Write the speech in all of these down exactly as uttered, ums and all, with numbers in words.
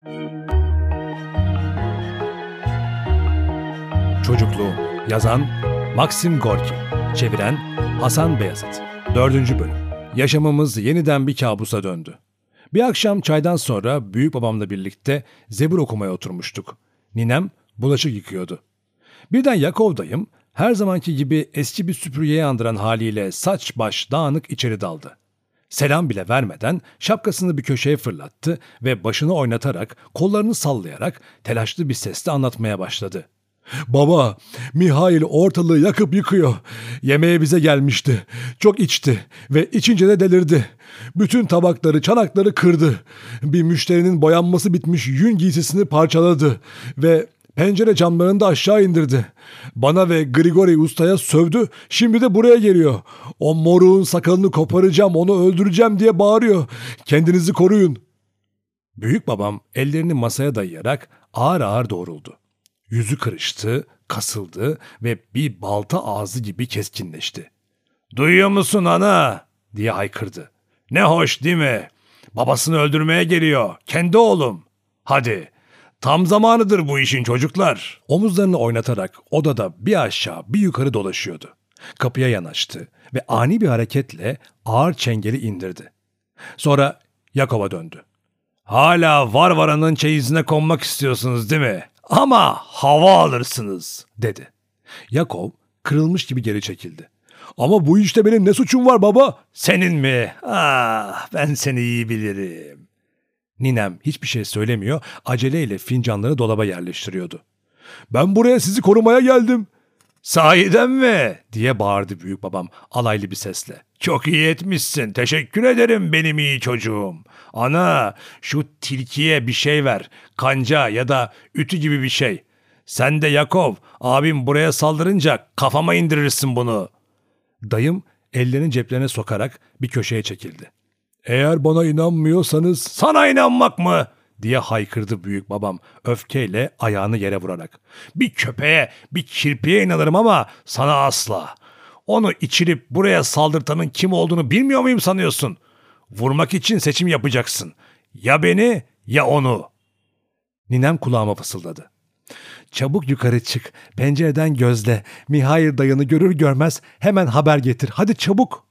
Çocukluğum. Yazan Maxim Gorki. Çeviren Hasan Beyazıt. Dördüncü bölüm. Yaşamımız yeniden bir kabusa döndü. Bir akşam çaydan sonra büyük babamla birlikte Zebur okumaya oturmuştuk. Ninem bulaşık yıkıyordu. Birden Yakov dayım her zamanki gibi eski bir süpürgeyi andıran haliyle saç baş dağınık içeri daldı. Selam bile vermeden şapkasını bir köşeye fırlattı ve başını oynatarak, kollarını sallayarak telaşlı bir sesle anlatmaya başladı. "Baba, Mihail ortalığı yakıp yıkıyor. Yemeğe bize gelmişti. Çok içti ve içince de delirdi. Bütün tabakları, çanakları kırdı. Bir müşterinin boyanması bitmiş yün giysisini parçaladı ve pencere camlarını da aşağı indirdi. Bana ve Grigori ustaya sövdü, şimdi de buraya geliyor. O moruğun sakalını koparacağım, onu öldüreceğim diye bağırıyor. Kendinizi koruyun." Büyük babam ellerini masaya dayayarak ağır ağır doğruldu. Yüzü kırıştı, kasıldı ve bir balta ağzı gibi keskinleşti. "Duyuyor musun ana?" diye haykırdı. "Ne hoş değil mi? Babasını öldürmeye geliyor, kendi oğlum. Hadi, tam zamanıdır bu işin çocuklar." Omuzlarını oynatarak odada bir aşağı bir yukarı dolaşıyordu. Kapıya yanaştı ve ani bir hareketle ağır çengeli indirdi. Sonra Yakov'a döndü. "Hala Varvara'nın çeyizine konmak istiyorsunuz değil mi? Ama hava alırsınız," dedi. Yakov kırılmış gibi geri çekildi. "Ama bu işte benim ne suçum var baba?" "Senin mi? Ah, ben seni iyi bilirim." Ninem hiçbir şey söylemiyor, aceleyle fincanları dolaba yerleştiriyordu. "Ben buraya sizi korumaya geldim." "Sahiden mi?" diye bağırdı büyük babam alaylı bir sesle. "Çok iyi etmişsin. Teşekkür ederim benim iyi çocuğum. Ana, şu tilkiye bir şey ver. Kanca ya da ütü gibi bir şey. Sen de Yakov, abim buraya saldırınca kafama indirirsin bunu." Dayım ellerini ceplerine sokarak bir köşeye çekildi. "Eğer bana inanmıyorsanız..." "Sana inanmak mı?" diye haykırdı büyük babam öfkeyle ayağını yere vurarak. "Bir köpeğe, bir kirpiye inanırım ama sana asla. Onu içirip buraya saldırtanın kim olduğunu bilmiyor muyum sanıyorsun? Vurmak için seçim yapacaksın. Ya beni ya onu." Ninem kulağıma fısıldadı. "Çabuk yukarı çık, pencereden gözle. Mihail dayını görür görmez hemen haber getir. Hadi çabuk."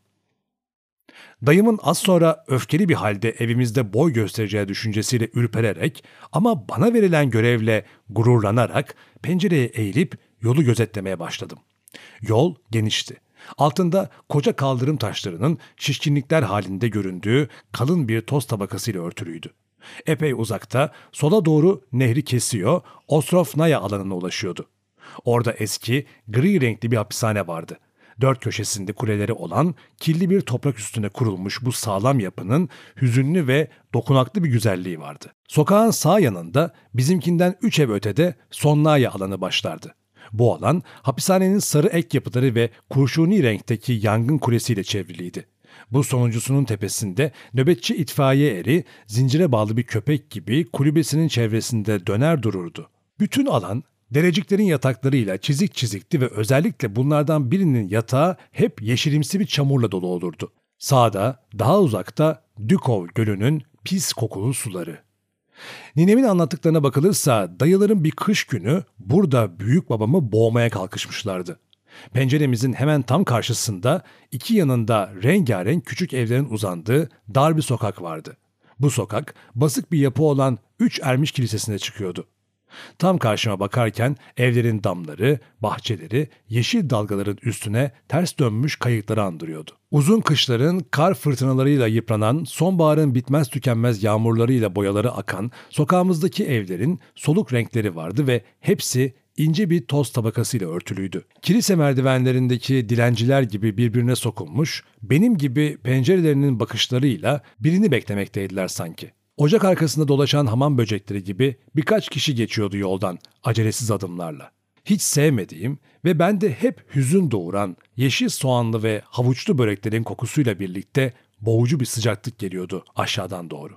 Dayımın az sonra öfkeli bir halde evimizde boy göstereceği düşüncesiyle ürpererek ama bana verilen görevle gururlanarak pencereye eğilip yolu gözetlemeye başladım. Yol genişti. Altında koca kaldırım taşlarının şişkinlikler halinde göründüğü kalın bir toz tabakasıyla örtülüydü. Epey uzakta sola doğru nehri kesiyor, Ostrofnaya alanına ulaşıyordu. Orada eski, gri renkli bir hapishane vardı. Dört köşesinde kuleleri olan kirli bir toprak üstüne kurulmuş bu sağlam yapının hüzünlü ve dokunaklı bir güzelliği vardı. Sokağın sağ yanında bizimkinden üç ev ötede Sonnaya alanı başlardı. Bu alan hapishanenin sarı ek yapıları ve kurşuni renkteki yangın kulesiyle çevriliydi. Bu sonuncusunun tepesinde nöbetçi itfaiye eri zincire bağlı bir köpek gibi kulübesinin çevresinde döner dururdu. Bütün alan dereciklerin yataklarıyla çizik çizikti ve özellikle bunlardan birinin yatağı hep yeşilimsi bir çamurla dolu olurdu. Sağda, daha uzakta Dükov Gölü'nün pis kokulu suları. Ninemin anlattıklarına bakılırsa dayıların bir kış günü burada büyük babamı boğmaya kalkışmışlardı. Penceremizin hemen tam karşısında iki yanında rengarenk küçük evlerin uzandığı dar bir sokak vardı. Bu sokak basık bir yapı olan Üç Ermiş Kilisesi'ne çıkıyordu. Tam karşıma bakarken evlerin damları, bahçeleri yeşil dalgaların üstüne ters dönmüş kayıkları andırıyordu. Uzun kışların kar fırtınalarıyla yıpranan, sonbaharın bitmez tükenmez yağmurlarıyla boyaları akan sokağımızdaki evlerin soluk renkleri vardı ve hepsi ince bir toz tabakasıyla örtülüydü. Kilise merdivenlerindeki dilenciler gibi birbirine sokulmuş, benim gibi pencerelerinin bakışlarıyla birini beklemekteydiler sanki. Ocak arkasında dolaşan hamam böcekleri gibi birkaç kişi geçiyordu yoldan acelesiz adımlarla. Hiç sevmediğim ve bende hep hüzün doğuran yeşil soğanlı ve havuçlu böreklerin kokusuyla birlikte boğucu bir sıcaklık geliyordu aşağıdan doğru.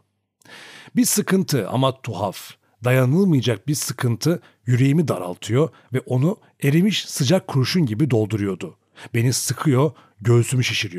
Bir sıkıntı ama tuhaf, dayanılmayacak bir sıkıntı yüreğimi daraltıyor ve onu erimiş sıcak kurşun gibi dolduruyordu. Beni sıkıyor, göğsümü şişiriyordu.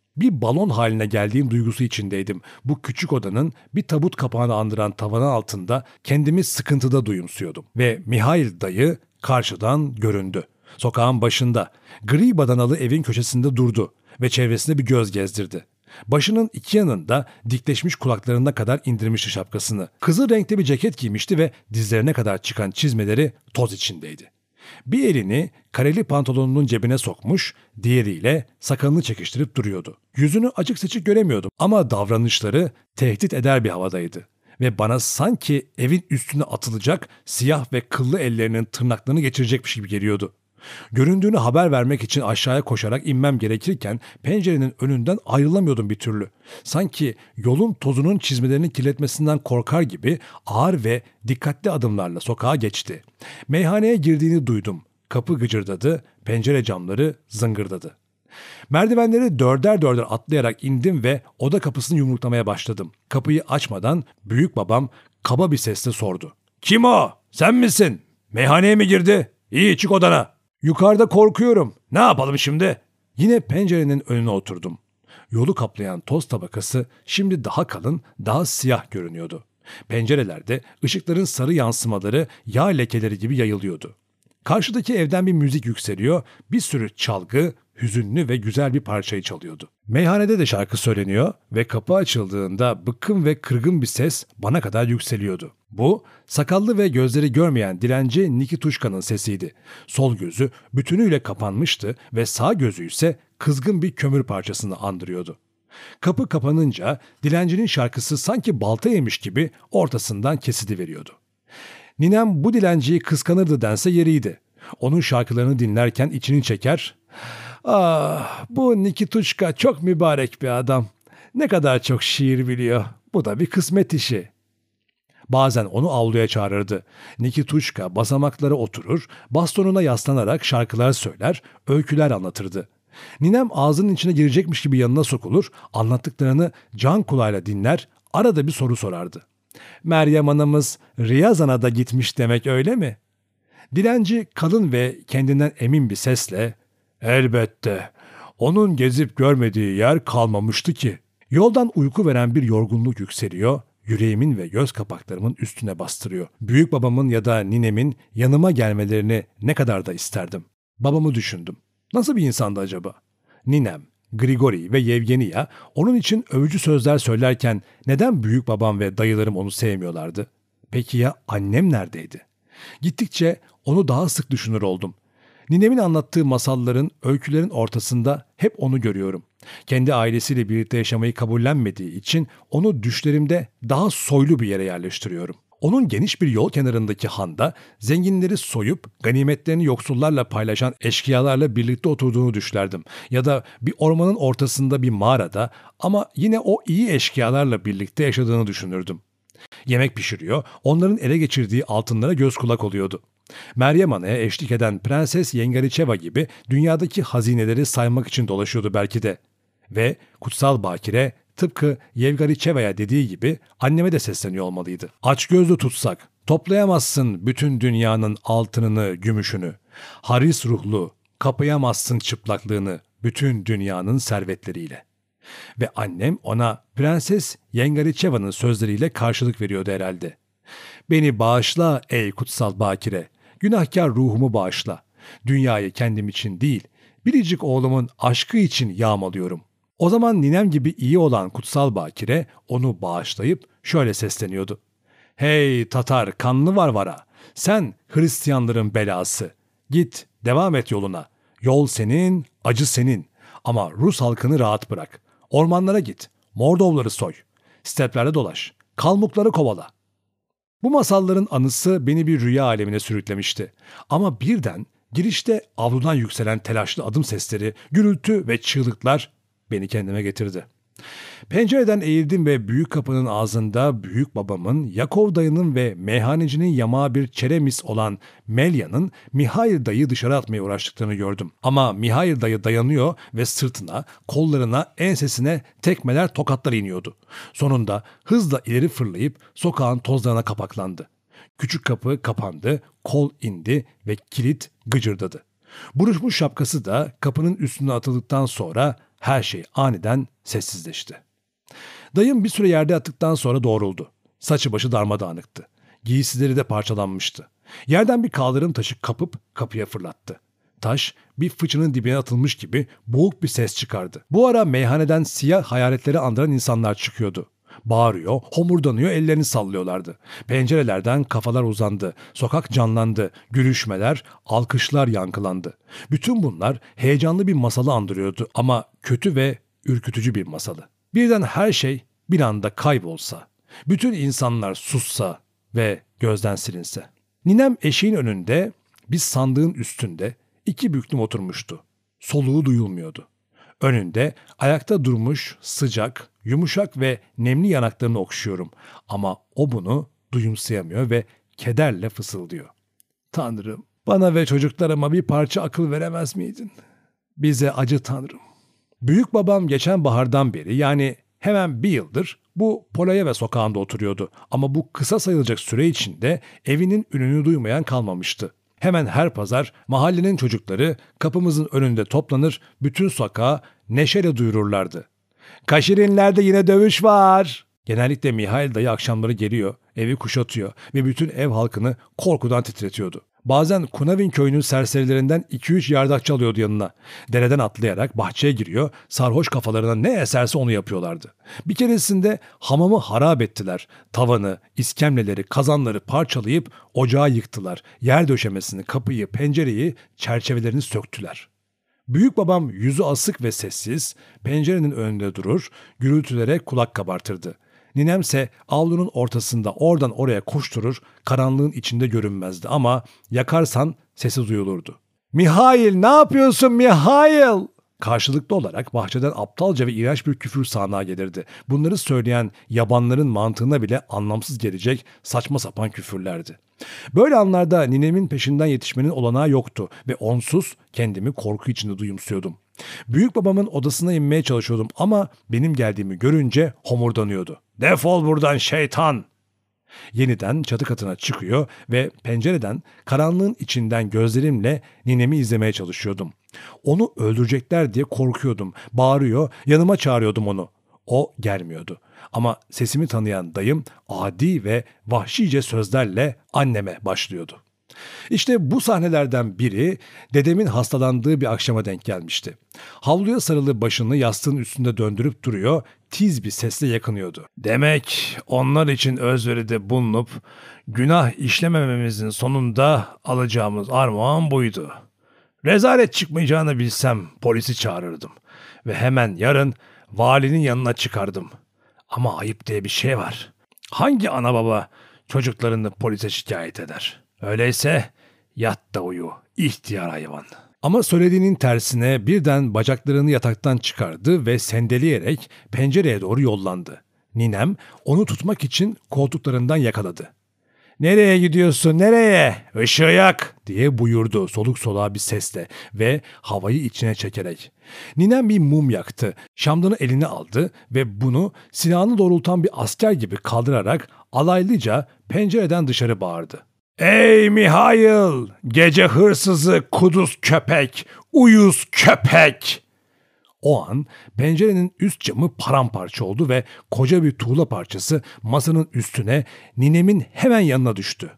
Bir balon haline geldiğim duygusu içindeydim. Bu küçük odanın bir tabut kapağını andıran tavanı altında kendimi sıkıntıda duyumsuyordum. Ve Mihail dayı karşıdan göründü. Sokağın başında, gri badanalı evin köşesinde durdu ve çevresine bir göz gezdirdi. Başının iki yanında dikleşmiş kulaklarına kadar indirmişti şapkasını. Kızıl renkte bir ceket giymişti ve dizlerine kadar çıkan çizmeleri toz içindeydi. Bir elini kareli pantolonunun cebine sokmuş, diğeriyle sakalını çekiştirip duruyordu. Yüzünü açık seçik göremiyordum ama davranışları tehdit eder bir havadaydı. Ve bana sanki evin üstüne atılacak, siyah ve kıllı ellerinin tırnaklarını geçirecekmiş gibi geliyordu. Göründüğünü haber vermek için aşağıya koşarak inmem gerekirken pencerenin önünden ayrılamıyordum bir türlü. Sanki yolun tozunun çizmelerini kirletmesinden korkar gibi ağır ve dikkatli adımlarla sokağa geçti. Meyhaneye girdiğini duydum. Kapı gıcırdadı, pencere camları zıngırdadı. Merdivenleri dörder dörder atlayarak indim ve oda kapısını yumruklamaya başladım. Kapıyı açmadan büyük babam kaba bir sesle sordu. "Kim o? Sen misin? Meyhaneye mi girdi? İyi, çık odana." "Yukarıda korkuyorum. Ne yapalım şimdi?" Yine pencerenin önüne oturdum. Yolu kaplayan toz tabakası şimdi daha kalın, daha siyah görünüyordu. Pencerelerde ışıkların sarı yansımaları yağ lekeleri gibi yayılıyordu. Karşıdaki evden bir müzik yükseliyor, bir sürü çalgı, hüzünlü ve güzel bir parçayı çalıyordu. Meyhanede de şarkı söyleniyor ve kapı açıldığında bıkkın ve kırgın bir ses bana kadar yükseliyordu. Bu, sakallı ve gözleri görmeyen dilenci Nikituşka'nın sesiydi. Sol gözü bütünüyle kapanmıştı ve sağ gözü ise kızgın bir kömür parçasını andırıyordu. Kapı kapanınca dilencinin şarkısı sanki balta yemiş gibi ortasından kesiliveriyordu. Ninem bu dilenciyi kıskanırdı dense yeriydi. Onun şarkılarını dinlerken içini çeker, "Ah, bu Nikituşka çok mübarek bir adam. Ne kadar çok şiir biliyor. Bu da bir kısmet işi." Bazen onu avluya çağırırdı. Nikituşka basamaklara oturur, bastonuna yaslanarak şarkılar söyler, öyküler anlatırdı. Ninem ağzının içine girecekmiş gibi yanına sokulur, anlattıklarını can kulağıyla dinler, arada bir soru sorardı. "Meryem anamız Riyazan'a da gitmiş demek, öyle mi?" Dilenci kalın ve kendinden emin bir sesle, "Elbette. Onun gezip görmediği yer kalmamıştı ki." Yoldan uyku veren bir yorgunluk yükseliyor, yüreğimin ve göz kapaklarımın üstüne bastırıyor. Büyük babamın ya da ninemin yanıma gelmelerini ne kadar da isterdim. Babamı düşündüm. Nasıl bir insandı acaba? Ninem, Grigori ve Yevgeniya onun için övücü sözler söylerken neden büyük babam ve dayılarım onu sevmiyorlardı? Peki ya annem neredeydi? Gittikçe onu daha sık düşünür oldum. Ninemin anlattığı masalların, öykülerin ortasında hep onu görüyorum. Kendi ailesiyle birlikte yaşamayı kabullenmediği için onu düşlerimde daha soylu bir yere yerleştiriyorum. Onun geniş bir yol kenarındaki handa zenginleri soyup ganimetlerini yoksullarla paylaşan eşkıyalarla birlikte oturduğunu düşlerdim. Ya da bir ormanın ortasında bir mağarada ama yine o iyi eşkıyalarla birlikte yaşadığını düşünürdüm. Yemek pişiriyor, onların ele geçirdiği altınlara göz kulak oluyordu. Meryem Ana'ya eşlik eden Prenses Yengariçeva gibi dünyadaki hazineleri saymak için dolaşıyordu belki de. Ve Kutsal Bakire tıpkı Yevgariçeva'ya dediği gibi anneme de sesleniyor olmalıydı. "Açgözlü tutsak, toplayamazsın bütün dünyanın altınını, gümüşünü. Haris ruhlu, kapayamazsın çıplaklığını bütün dünyanın servetleriyle." Ve annem ona Prenses Yengariçeva'nın sözleriyle karşılık veriyordu herhalde. "Beni bağışla ey kutsal bakire, günahkar ruhumu bağışla. Dünyayı kendim için değil, biricik oğlumun aşkı için yağmalıyorum." O zaman ninem gibi iyi olan kutsal bakire onu bağışlayıp şöyle sesleniyordu. "Hey Tatar kanlı varvara, sen Hristiyanların belası. Git, devam et yoluna. Yol senin, acı senin. Ama Rus halkını rahat bırak. Ormanlara git, Mordovları soy. Steplerde dolaş, Kalmukları kovala." Bu masalların anısı beni bir rüya alemine sürüklemişti. Ama birden girişte avludan yükselen telaşlı adım sesleri, gürültü ve çığlıklar beni kendime getirdi. Pencereden eğildim ve büyük kapının ağzında büyük babamın, Yakov dayının ve meyhanecinin yamağı bir çeremis olan Melya'nın Mihail dayı dışarı atmaya uğraştıklarını gördüm. Ama Mihail dayı dayanıyor ve sırtına, kollarına, ensesine tekmeler, tokatlar iniyordu. Sonunda hızla ileri fırlayıp sokağın tozlarına kapaklandı. Küçük kapı kapandı, kol indi ve kilit gıcırdadı. Buruşmuş şapkası da kapının üstüne atıldıktan sonra Her şey aniden sessizleşti. Dayım bir süre yerde yattıktan sonra doğruldu. Saçı başı darmadağınıktı. Giysileri de parçalanmıştı. Yerden bir kaldırım taşı kapıp kapıya fırlattı. Taş bir fıçının dibine atılmış gibi boğuk bir ses çıkardı. Bu ara meyhaneden siyah hayaletleri andıran insanlar çıkıyordu. Bağırıyor, homurdanıyor, ellerini sallıyorlardı. Pencerelerden kafalar uzandı, sokak canlandı, gülüşmeler, alkışlar yankılandı. Bütün bunlar heyecanlı bir masalı andırıyordu ama kötü ve ürkütücü bir masalı. Birden her şey bir anda kaybolsa, bütün insanlar sussa ve gözden silinse. Ninem eşiğin önünde, bir sandığın üstünde iki büklüm oturmuştu. Soluğu duyulmuyordu. Önünde ayakta durmuş, sıcak, yumuşak ve nemli yanaklarını okşuyorum. Ama o bunu duyumsayamıyor ve kederle fısıldıyor. Tanrım, bana ve çocuklarıma bir parça akıl veremez miydin? Bize acı Tanrım. Büyük babam geçen bahardan beri, yani hemen bir yıldır bu Polayeva sokağında oturuyordu. Ama bu kısa sayılacak süre içinde evinin ününü duymayan kalmamıştı. Hemen her pazar mahallenin çocukları kapımızın önünde toplanır, bütün sokağa neşeyle duyururlardı. Kaşirinlerde yine dövüş var. Genellikle Mihail dayı akşamları geliyor, evi kuşatıyor ve bütün ev halkını korkudan titretiyordu. Bazen Kunavin köyünün serserilerinden iki üç yardakçı alıyordu yanına. Dereden atlayarak bahçeye giriyor, sarhoş kafalarına ne eserse onu yapıyorlardı. Bir keresinde hamamı harap ettiler. Tavanı, iskemleleri, kazanları parçalayıp ocağı yıktılar. Yer döşemesini, kapıyı, pencereyi, çerçevelerini söktüler. Büyük babam yüzü asık ve sessiz, pencerenin önünde durur, gürültülere kulak kabartırdı. Ninemse avlunun ortasında oradan oraya koşturur, karanlığın içinde görünmezdi ama yakarsan sesi duyulurdu. "Mihail, ne yapıyorsun Mihail?" Karşılıklı olarak bahçeden aptalca ve iğrenç bir küfür sahnağa gelirdi. Bunları söyleyen yabanların mantığına bile anlamsız gelecek saçma sapan küfürlerdi. Böyle anlarda ninemin peşinden yetişmenin olanağı yoktu ve onsuz kendimi korku içinde duyumsuyordum. Büyük babamın odasına inmeye çalışıyordum ama benim geldiğimi görünce homurdanıyordu. "Defol buradan şeytan!" Yeniden çatı katına çıkıyor ve pencereden karanlığın içinden gözlerimle ninemi izlemeye çalışıyordum. Onu öldürecekler diye korkuyordum. Bağırıyor, yanıma çağırıyordum onu. O gelmiyordu. Ama sesimi tanıyan dayım adi ve vahşice sözlerle anneme başlıyordu. İşte bu sahnelerden biri dedemin hastalandığı bir akşama denk gelmişti. Havluya sarılı başını yastığın üstünde döndürüp duruyor, tiz bir sesle yakınıyordu. "Demek onlar için özveride bulunup günah işlemememizin sonunda alacağımız armağan buydu. Rezalet çıkmayacağını bilsem polisi çağırırdım ve hemen yarın valinin yanına çıkardım. Ama ayıp diye bir şey var. Hangi ana baba çocuklarını polise şikayet eder? Öyleyse yat da uyu, ihtiyar hayvan." Ama söylediğinin tersine birden bacaklarını yataktan çıkardı ve sendeleyerek pencereye doğru yollandı. Ninem onu tutmak için koltuklarından yakaladı. "Nereye gidiyorsun, nereye? Işığı yak!" diye buyurdu soluk soluğa bir sesle ve havayı içine çekerek. Ninem bir mum yaktı, şamdanı eline aldı ve bunu silahını doğrultan bir asker gibi kaldırarak alaylıca pencereden dışarı bağırdı. "Ey Mihail, gece hırsızı, kuduz köpek, uyuz köpek!" O an pencerenin üst camı paramparça oldu ve koca bir tuğla parçası masanın üstüne, ninemin hemen yanına düştü.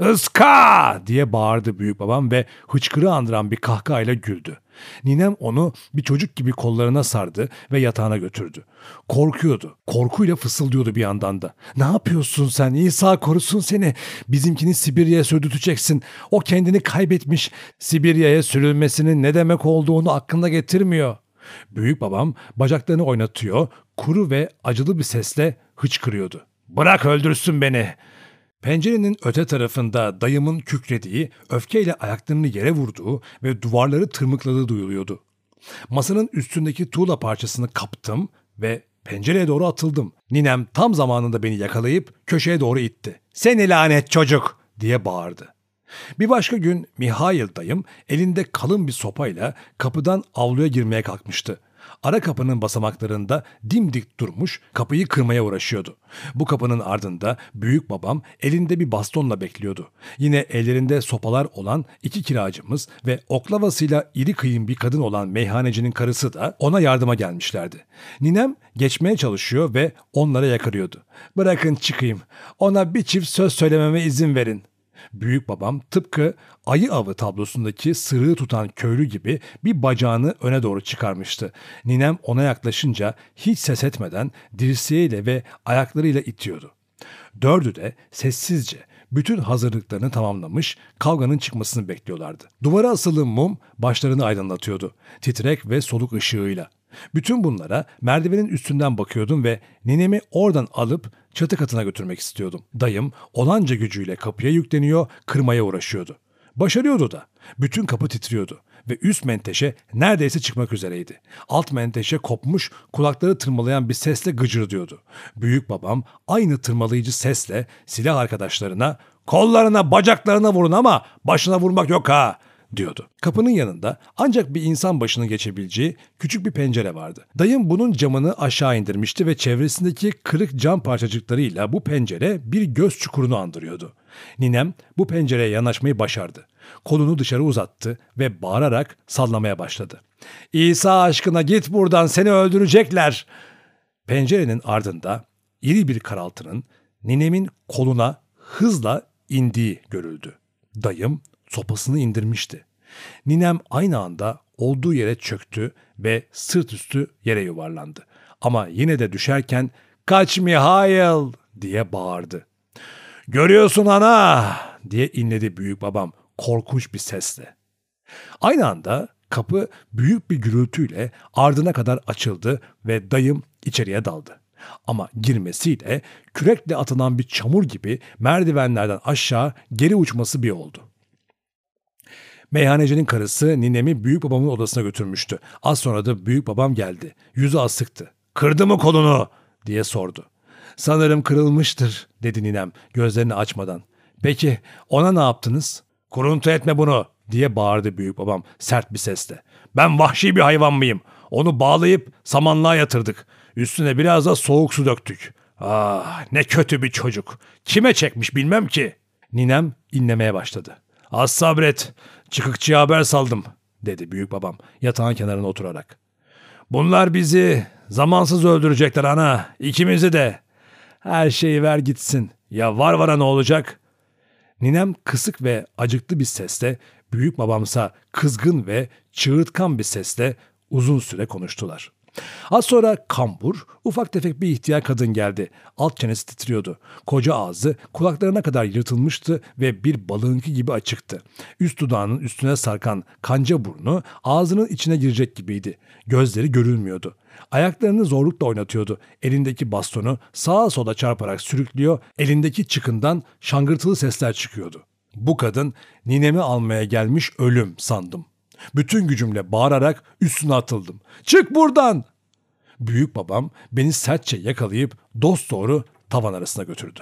"Iska!" diye bağırdı büyük babam ve hıçkırığı andıran bir kahkahayla güldü. Ninem onu bir çocuk gibi kollarına sardı ve yatağına götürdü. Korkuyordu. Korkuyla fısıldıyordu bir yandan da. "Ne yapıyorsun sen? İsa korusun seni. Bizimkini Sibirya'ya sürdürteceksin. O kendini kaybetmiş. Sibirya'ya sürülmesinin ne demek olduğunu aklına getirmiyor." Büyük babam bacaklarını oynatıyor, kuru ve acılı bir sesle hıçkırıyordu. "Bırak öldürsün beni." Pencerenin öte tarafında dayımın kükrediği, öfkeyle ayaklarını yere vurduğu ve duvarları tırmıkladığı duyuluyordu. Masanın üstündeki tuğla parçasını kaptım ve pencereye doğru atıldım. Ninem tam zamanında beni yakalayıp köşeye doğru itti. "Seni lanet çocuk!" diye bağırdı. Bir başka gün Mihail dayım elinde kalın bir sopayla kapıdan avluya girmeye kalkmıştı. Ara kapının basamaklarında dimdik durmuş, kapıyı kırmaya uğraşıyordu. Bu kapının ardında büyük babam elinde bir bastonla bekliyordu. Yine ellerinde sopalar olan iki kiracımız ve oklavasıyla iri kıyım bir kadın olan meyhanecinin karısı da ona yardıma gelmişlerdi. Ninem geçmeye çalışıyor ve onlara yakarıyordu. "Bırakın çıkayım, ona bir çift söz söylememe izin verin." Büyük babam tıpkı ayı avı tablosundaki sırığı tutan köylü gibi bir bacağını öne doğru çıkarmıştı. Ninem ona yaklaşınca hiç ses etmeden dirseğiyle ve ayaklarıyla itiyordu. Dördü de sessizce bütün hazırlıklarını tamamlamış, kavganın çıkmasını bekliyorlardı. Duvara asılı mum başlarını aydınlatıyordu, titrek ve soluk ışığıyla. Bütün bunlara merdivenin üstünden bakıyordum ve ninemi oradan alıp çatı katına götürmek istiyordum. Dayım olanca gücüyle kapıya yükleniyor, kırmaya uğraşıyordu. Başarıyordu da. Bütün kapı titriyordu ve üst menteşe neredeyse çıkmak üzereydi. Alt menteşe kopmuş, kulakları tırmalayan bir sesle gıcırdıyordu. Büyük babam aynı tırmalayıcı sesle silah arkadaşlarına "Kollarına, bacaklarına vurun ama başına vurmak yok ha!" diyordu. Kapının yanında ancak bir insan başının geçebileceği küçük bir pencere vardı. Dayım bunun camını aşağı indirmişti ve çevresindeki kırık cam parçacıklarıyla bu pencere bir göz çukurunu andırıyordu. Ninem bu pencereye yanaşmayı başardı. Kolunu dışarı uzattı ve bağırarak sallamaya başladı. "İsa aşkına git buradan, seni öldürecekler!" Pencerenin ardında iri bir karaltının ninemin koluna hızla indiği görüldü. Dayım sopasını indirmişti. Ninem aynı anda olduğu yere çöktü ve sırt üstü yere yuvarlandı. Ama yine de düşerken "Kaç Mihail!" diye bağırdı. "Görüyorsun ana!" diye inledi büyük babam korkunç bir sesle. Aynı anda kapı büyük bir gürültüyle ardına kadar açıldı ve dayım içeriye daldı. Ama girmesiyle kürekle atılan bir çamur gibi merdivenlerden aşağı geri uçması bir oldu. Meyhanecinin karısı ninemi büyük babamın odasına götürmüştü. Az sonra da büyük babam geldi. Yüzü asıktı. "Kırdı mı kolunu?" diye sordu. "Sanırım kırılmıştır," dedi ninem gözlerini açmadan. "Peki ona ne yaptınız?" "Kuruntu etme bunu," diye bağırdı büyük babam sert bir sesle. "Ben vahşi bir hayvan mıyım? Onu bağlayıp samanlığa yatırdık. Üstüne biraz da soğuk su döktük. Ah, ne kötü bir çocuk. Kime çekmiş bilmem ki." Ninem inlemeye başladı. "Az sabret. Çıkıkçıya haber saldım," dedi büyük babam yatağın kenarına oturarak. "Bunlar bizi zamansız öldürecekler ana. İkimizi de. Her şeyi ver gitsin. Ya var vara ne olacak?" Ninem kısık ve acıklı bir sesle, büyük babamsa kızgın ve çığırtkan bir sesle uzun süre konuştular. Az sonra kambur, ufak tefek bir ihtiyar kadın geldi. Alt çenesi titriyordu. Koca ağzı kulaklarına kadar yırtılmıştı ve bir balığınki gibi açıktı. Üst dudağının üstüne sarkan kanca burnu ağzının içine girecek gibiydi. Gözleri görülmüyordu. Ayaklarını zorlukla oynatıyordu. Elindeki bastonu sağa sola çarparak sürüklüyor, elindeki çıkından şangırtılı sesler çıkıyordu. Bu kadın ninemi almaya gelmiş ölüm sandım. Bütün gücümle bağırarak üstüne atıldım. "Çık buradan!" Büyük babam beni sertçe yakalayıp dosdoğru tavan arasına götürdü.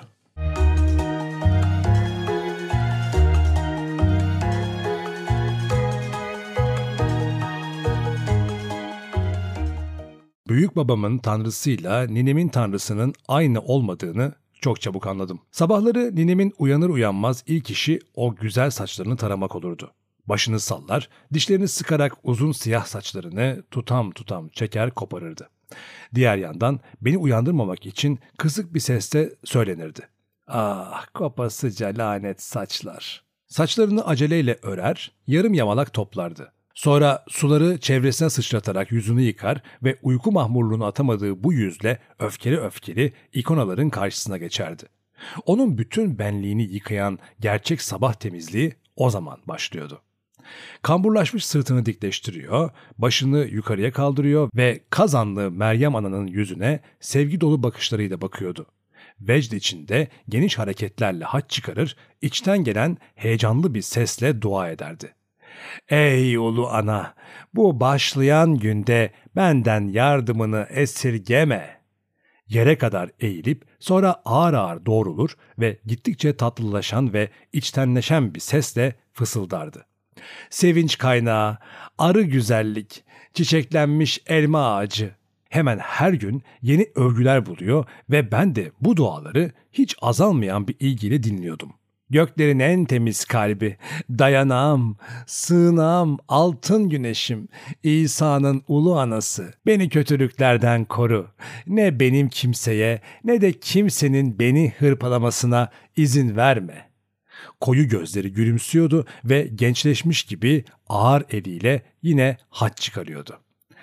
Büyük babamın tanrısıyla ninemin tanrısının aynı olmadığını çok çabuk anladım. Sabahları ninemin uyanır uyanmaz ilk işi o güzel saçlarını taramak olurdu. Başını sallar, dişlerini sıkarak uzun siyah saçlarını tutam tutam çeker koparırdı. Diğer yandan beni uyandırmamak için kısık bir sesle söylenirdi. "Ah, kopasıca lanet saçlar." Saçlarını aceleyle örer, yarım yamalak toplardı. Sonra suları çevresine sıçratarak yüzünü yıkar ve uyku mahmurluğunu atamadığı bu yüzle öfkeli öfkeli ikonaların karşısına geçerdi. Onun bütün benliğini yıkayan gerçek sabah temizliği o zaman başlıyordu. Kamburlaşmış sırtını dikleştiriyor, başını yukarıya kaldırıyor ve kazanlı Meryem Ana'nın yüzüne sevgi dolu bakışlarıyla bakıyordu. Vecd içinde geniş hareketlerle haç çıkarır, içten gelen heyecanlı bir sesle dua ederdi. "Ey ulu ana, bu başlayan günde benden yardımını esirgeme." Yere kadar eğilip sonra ağır ağır doğrulur ve gittikçe tatlılaşan ve içtenleşen bir sesle fısıldardı. Sevinç kaynağı, arı güzellik, çiçeklenmiş elma ağacı. Hemen her gün yeni övgüler buluyor ve ben de bu duaları hiç azalmayan bir ilgiyle dinliyordum. Göklerin en temiz kalbi, dayanağım, sığınağım, altın güneşim, İsa'nın ulu anası, beni kötülüklerden koru. Ne benim kimseye ne de kimsenin beni hırpalamasına izin verme. Koyu gözleri gülümsüyordu ve gençleşmiş gibi ağır eliyle yine haç çıkarıyordu.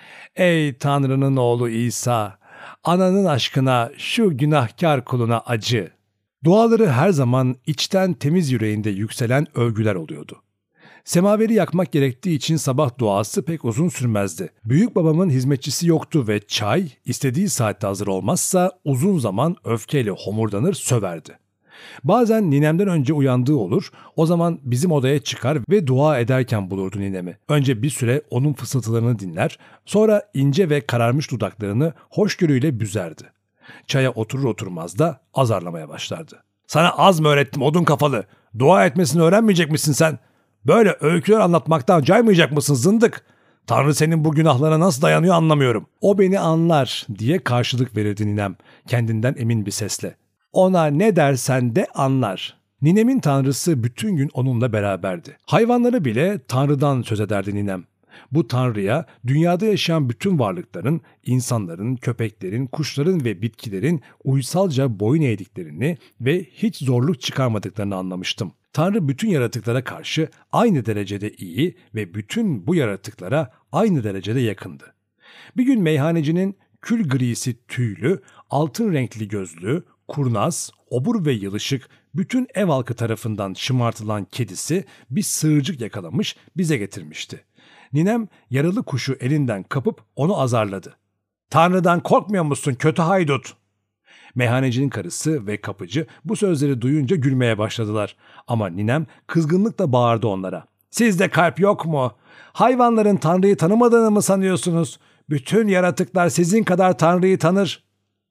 Ey Tanrı'nın oğlu İsa, ananın aşkına şu günahkar kuluna acı. Duaları her zaman içten temiz yüreğinde yükselen övgüler oluyordu. Semaveri yakmak gerektiği için sabah duası pek uzun sürmezdi. Büyük babamın hizmetçisi yoktu ve çay istediği saatte hazır olmazsa uzun zaman öfkeyle homurdanır söverdi. Bazen ninemden önce uyandığı olur, o zaman bizim odaya çıkar ve dua ederken bulurdu ninemi. Önce bir süre onun fısıltılarını dinler, sonra ince ve kararmış dudaklarını hoşgörüyle büzerdi. Çaya oturur oturmaz da azarlamaya başlardı. Sana az mı öğrettim odun kafalı? Dua etmesini öğrenmeyecek misin sen? Böyle öyküler anlatmaktan caymayacak mısın zındık? Tanrı senin bu günahlara nasıl dayanıyor anlamıyorum. O beni anlar diye karşılık verirdi ninem kendinden emin bir sesle. Ona ne dersen de anlar. Ninemin tanrısı bütün gün onunla beraberdi. Hayvanları bile tanrıdan söz ederdi ninem. Bu tanrıya dünyada yaşayan bütün varlıkların, insanların, köpeklerin, kuşların ve bitkilerin uysalca boyun eğdiklerini ve hiç zorluk çıkarmadıklarını anlamıştım. Tanrı bütün yaratıklara karşı aynı derecede iyi ve bütün bu yaratıklara aynı derecede yakındı. Bir gün meyhanecinin kül grisi tüylü, altın renkli gözlü, kurnaz, obur ve yılışık bütün ev halkı tarafından şımartılan kedisi bir sığırcık yakalamış bize getirmişti. Ninem yaralı kuşu elinden kapıp onu azarladı. Tanrı'dan korkmuyor musun kötü haydut? Meyhanecinin karısı ve kapıcı bu sözleri duyunca gülmeye başladılar. Ama ninem kızgınlıkla bağırdı onlara. Sizde kalp yok mu? Hayvanların Tanrı'yı tanımadığını mı sanıyorsunuz? Bütün yaratıklar sizin kadar Tanrı'yı tanır.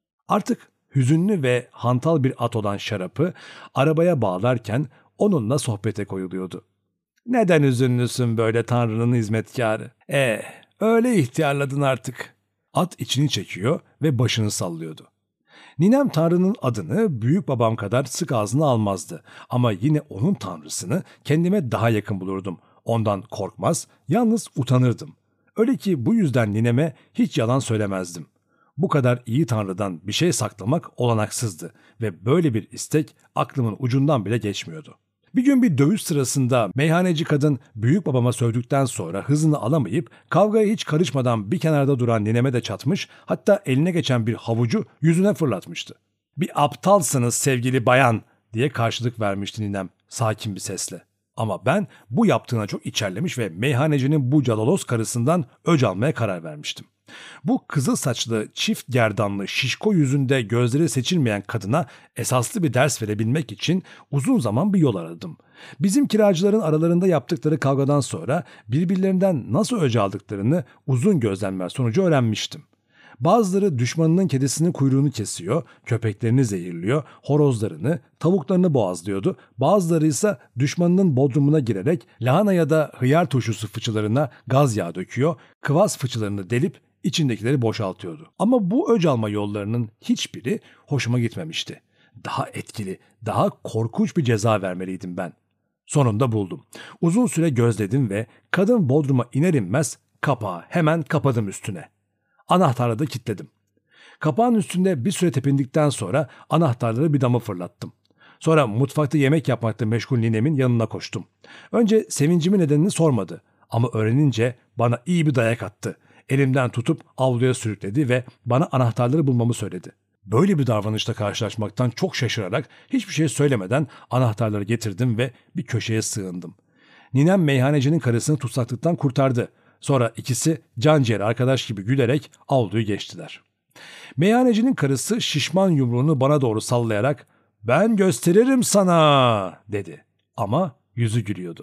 Artık hüzünlü ve hantal bir at olan Şarap'ı arabaya bağlarken onunla sohbete koyuluyordu. Neden üzünlüsün böyle Tanrı'nın hizmetkarı? Eh, öyle ihtiyarladın artık. At içini çekiyor ve başını sallıyordu. Ninem Tanrı'nın adını büyük babam kadar sık ağzına almazdı. Ama yine onun Tanrısını kendime daha yakın bulurdum. Ondan korkmaz, yalnız utanırdım. Öyle ki bu yüzden nineme hiç yalan söylemezdim. Bu kadar iyi Tanrı'dan bir şey saklamak olanaksızdı ve böyle bir istek aklımın ucundan bile geçmiyordu. Bir gün bir dövüş sırasında meyhaneci kadın büyük babama sövdükten sonra hızını alamayıp kavgaya hiç karışmadan bir kenarda duran nineme de çatmış, hatta eline geçen bir havucu yüzüne fırlatmıştı. Bir aptalsınız sevgili bayan diye karşılık vermişti ninem sakin bir sesle. Ama ben bu yaptığına çok içerlemiş ve meyhanecinin bu calalos karısından öc almaya karar vermiştim. Bu kızıl saçlı, çift gerdanlı, şişko yüzünde gözleri seçilmeyen kadına esaslı bir ders verebilmek için uzun zaman bir yol aradım. Bizim kiracıların aralarında yaptıkları kavgadan sonra birbirlerinden nasıl öc aldıklarını uzun gözlemler sonucu öğrenmiştim. Bazıları düşmanının kedisinin kuyruğunu kesiyor, köpeklerini zehirliyor, horozlarını, tavuklarını boğazlıyordu. Bazıları ise düşmanının bodrumuna girerek lahana ya da hıyar turşusu fıçılarına gaz yağı döküyor, kıvas fıçılarını delip içindekileri boşaltıyordu. Ama bu öc alma yollarının hiçbiri hoşuma gitmemişti. Daha etkili, daha korkunç bir ceza vermeliydim ben. Sonunda buldum. Uzun süre gözledim ve kadın bodruma iner inmez kapağı hemen kapadım üstüne. Anahtarla da kilitledim. Kapağın üstünde bir süre tepindikten sonra anahtarları bir dama fırlattım. Sonra mutfakta yemek yapmakta meşgul ninemin yanına koştum. Önce sevincimin nedenini sormadı ama öğrenince bana iyi bir dayak attı. Elimden tutup avluya sürükledi ve bana anahtarları bulmamı söyledi. Böyle bir davranışla karşılaşmaktan çok şaşırarak hiçbir şey söylemeden anahtarları getirdim ve bir köşeye sığındım. Ninem meyhanecinin karısını tutsaklıktan kurtardı. Sonra ikisi can ciğer arkadaş gibi gülerek avluyu geçtiler. Meyhanecinin karısı şişman yumruğunu bana doğru sallayarak "Ben gösteririm sana" dedi. Ama yüzü gülüyordu.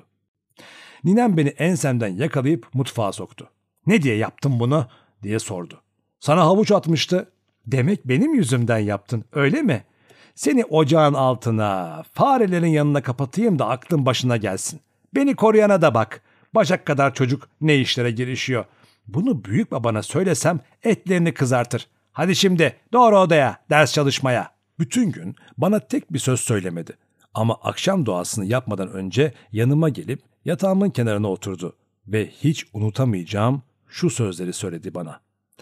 Ninem beni ensemden yakalayıp mutfağa soktu. "Ne diye yaptın bunu?" diye sordu. "Sana havuç atmıştı." "Demek benim yüzümden yaptın, öyle mi? Seni ocağın altına, farelerin yanına kapatayım da aklın başına gelsin. Beni koruyana da bak. Bacak kadar çocuk ne işlere girişiyor. Bunu büyük babana söylesem etlerini kızartır. Hadi şimdi doğru odaya, ders çalışmaya. Bütün gün bana tek bir söz söylemedi. Ama akşam duasını yapmadan önce yanıma gelip yatağımın kenarına oturdu. Ve hiç unutamayacağım şu sözleri söyledi bana.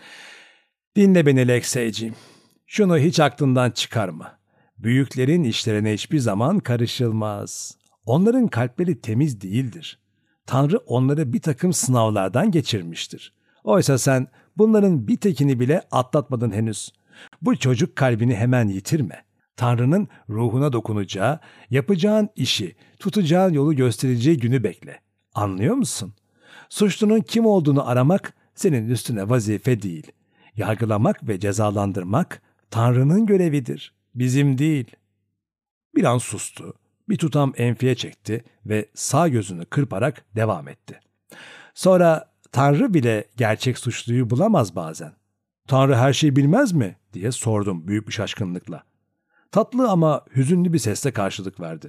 Dinle beni Lekseyciğim. Şunu hiç aklından çıkarma. Büyüklerin işlerine hiçbir zaman karışılmaz. Onların kalpleri temiz değildir. Tanrı onları bir takım sınavlardan geçirmiştir. Oysa sen bunların bir tekini bile atlatmadın henüz. Bu çocuk kalbini hemen yitirme. Tanrı'nın ruhuna dokunacağı, yapacağın işi, tutacağın yolu göstereceği günü bekle. Anlıyor musun? Suçlunun kim olduğunu aramak senin üstüne vazife değil. Yargılamak ve cezalandırmak Tanrı'nın görevidir, bizim değil. Bir an sustu, bir tutam enfiye çekti ve sağ gözünü kırparak devam etti. Sonra Tanrı bile gerçek suçluyu bulamaz bazen. Tanrı her şeyi bilmez mi diye sordum büyük bir şaşkınlıkla. Tatlı ama hüzünlü bir sesle karşılık verdi.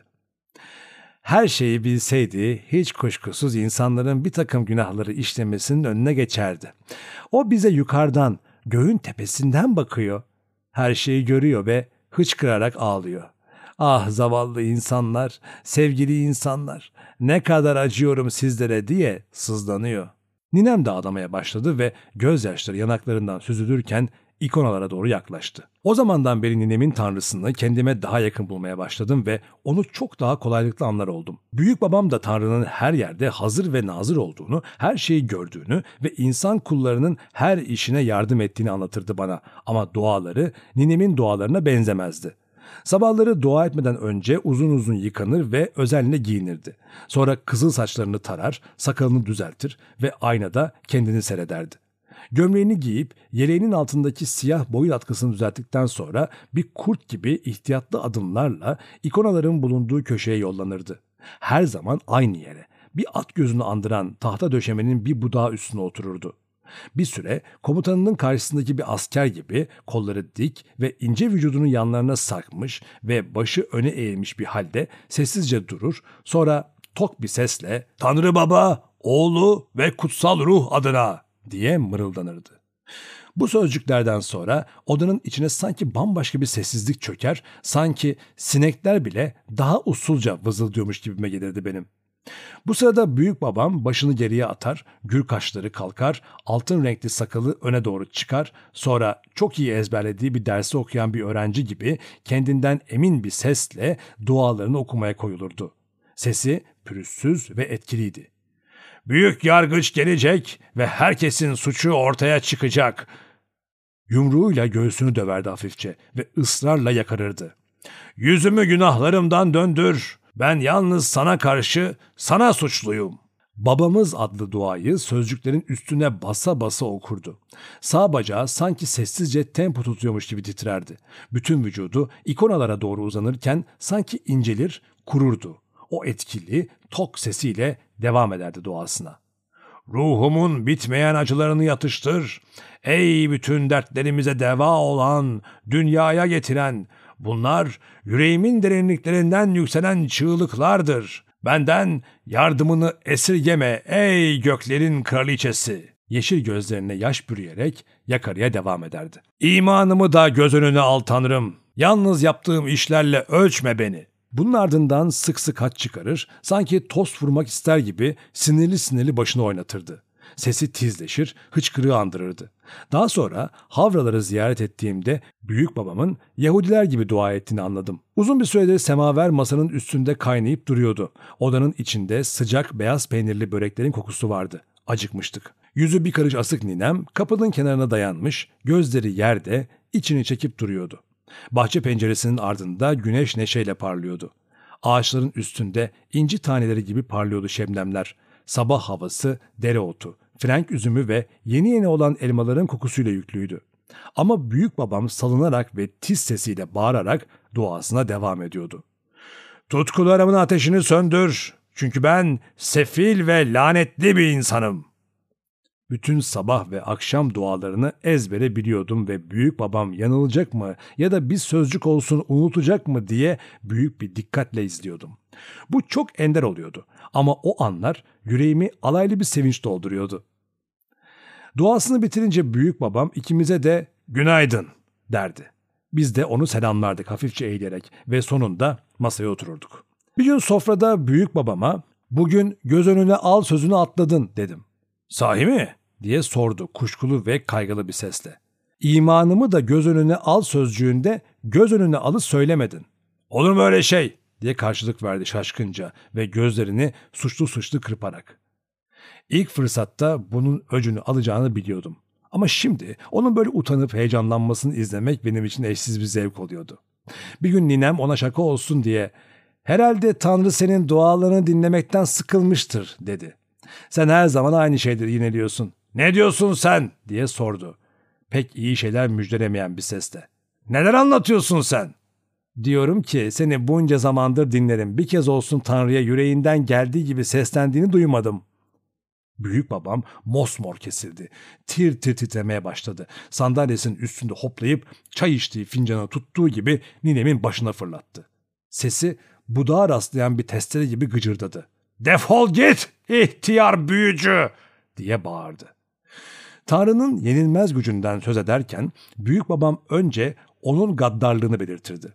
Her şeyi bilseydi hiç kuşkusuz insanların bir takım günahları işlemesinin önüne geçerdi. O bize yukarıdan, göğün tepesinden bakıyor. Her şeyi görüyor ve hıçkırarak ağlıyor. Ah zavallı insanlar, sevgili insanlar, ne kadar acıyorum sizlere diye sızlanıyor. Ninem de ağlamaya başladı ve gözyaşları yanaklarından süzülürken ikonalara doğru yaklaştı. O zamandan beri ninemin tanrısını kendime daha yakın bulmaya başladım ve onu çok daha kolaylıkla anlar oldum. Büyük babam da Tanrı'nın her yerde hazır ve nazır olduğunu, her şeyi gördüğünü ve insan kullarının her işine yardım ettiğini anlatırdı bana. Ama duaları ninemin dualarına benzemezdi. Sabahları dua etmeden önce uzun uzun yıkanır ve özenle giyinirdi. Sonra kızıl saçlarını tarar, sakalını düzeltir ve aynada kendini seyrederdi. Gömleğini giyip yeleğinin altındaki siyah boyun atkısını düzelttikten sonra bir kurt gibi ihtiyatlı adımlarla ikonaların bulunduğu köşeye yollanırdı. Her zaman aynı yere, bir at gözünü andıran tahta döşemenin bir budağı üstüne otururdu. Bir süre komutanının karşısındaki bir asker gibi kolları dik ve ince vücudunu yanlarına sarkmış ve başı öne eğilmiş bir halde sessizce durur, sonra tok bir sesle "Tanrı Baba, Oğlu ve Kutsal Ruh adına" diye mırıldanırdı. Bu sözcüklerden sonra odanın içine sanki bambaşka bir sessizlik çöker, sanki sinekler bile daha usulca vızıldıyormuş gibime gelirdi benim. Bu sırada büyük babam başını geriye atar, gür kaşları kalkar, altın renkli sakalı öne doğru çıkar, sonra çok iyi ezberlediği bir dersi okuyan bir öğrenci gibi kendinden emin bir sesle dualarını okumaya koyulurdu. Sesi pürüzsüz ve etkiliydi. "Büyük yargıç gelecek ve herkesin suçu ortaya çıkacak." Yumruğuyla göğsünü döverdi hafifçe ve ısrarla yakarırdı. "Yüzümü günahlarımdan döndür. Ben yalnız sana karşı, sana suçluyum." Babamız adlı duayı sözcüklerin üstüne basa basa okurdu. Sağ bacağı sanki sessizce tempo tutuyormuş gibi titrerdi. Bütün vücudu ikonalara doğru uzanırken sanki incelir, kururdu. O etkili, tok sesiyle devam ederdi duasına. "Ruhumun bitmeyen acılarını yatıştır. Ey bütün dertlerimize deva olan, dünyaya getiren, bunlar yüreğimin derinliklerinden yükselen çığlıklardır. Benden yardımını esirgeme ey göklerin kraliçesi." Yeşil gözlerine yaş bürüyerek yakarıya devam ederdi. "İmanımı da göz önüne al Tanrım. Yalnız yaptığım işlerle ölçme beni." Bunun ardından sık sık haç çıkarır, sanki tost vurmak ister gibi sinirli sinirli başını oynatırdı. Sesi tizleşir, hıçkırığı andırırdı. Daha sonra Havraları ziyaret ettiğimde büyük babamın Yahudiler gibi dua ettiğini anladım. Uzun bir süredir semaver masanın üstünde kaynayıp duruyordu. Odanın içinde sıcak beyaz peynirli böreklerin kokusu vardı. Acıkmıştık. Yüzü bir karış asık ninem kapının kenarına dayanmış, gözleri yerde, içini çekip duruyordu. Bahçe penceresinin ardında güneş neşeyle parlıyordu. Ağaçların üstünde inci taneleri gibi parlıyordu şebnemler. Sabah havası, dereotu, frenk üzümü ve yeni yeni olan elmaların kokusuyla yüklüydü. Ama büyük babam salınarak ve tiz sesiyle bağırarak duasına devam ediyordu. "Tutkularımın ateşini söndür. Çünkü ben sefil ve lanetli bir insanım." Bütün sabah ve akşam dualarını ezbere biliyordum ve büyük babam yanılacak mı ya da bir sözcük olsun unutacak mı diye büyük bir dikkatle izliyordum. Bu çok ender oluyordu ama o anlar yüreğimi alaylı bir sevinç dolduruyordu. Duasını bitirince büyük babam ikimize de "Günaydın" derdi. Biz de onu selamlardık hafifçe eğilerek ve sonunda masaya otururduk. Bir gün sofrada büyük babama "Bugün göz önüne al sözünü atladın" dedim. "Sahi mi?" diye sordu kuşkulu ve kaygılı bir sesle. "İmanımı da göz önüne al sözcüğünde göz önüne alı söylemedin." "Olur mu öyle şey?" diye karşılık verdi şaşkınca ve gözlerini suçlu suçlu kırparak. İlk fırsatta bunun öcünü alacağını biliyordum. Ama şimdi onun böyle utanıp heyecanlanmasını izlemek benim için eşsiz bir zevk oluyordu. Bir gün ninem ona şaka olsun diye "Herhalde Tanrı senin dualarını dinlemekten sıkılmıştır" dedi. "Sen her zaman aynı şeyleri yineliyorsun." "Ne diyorsun sen?" diye sordu. Pek iyi şeyler müjdelemeyen bir sesle. "Neler anlatıyorsun sen?" "Diyorum ki seni bunca zamandır dinlerim. Bir kez olsun Tanrı'ya yüreğinden geldiği gibi seslendiğini duymadım." Büyük babam mosmor kesildi. Tir tir titremeye başladı. Sandalyesinin üstünde hoplayıp çay içtiği fincanı tuttuğu gibi ninemin başına fırlattı. Sesi budağa rastlayan bir testere gibi gıcırdadı. "Defol git ihtiyar büyücü!" diye bağırdı. Tanrı'nın yenilmez gücünden söz ederken büyük babam önce onun gaddarlığını belirtirdi.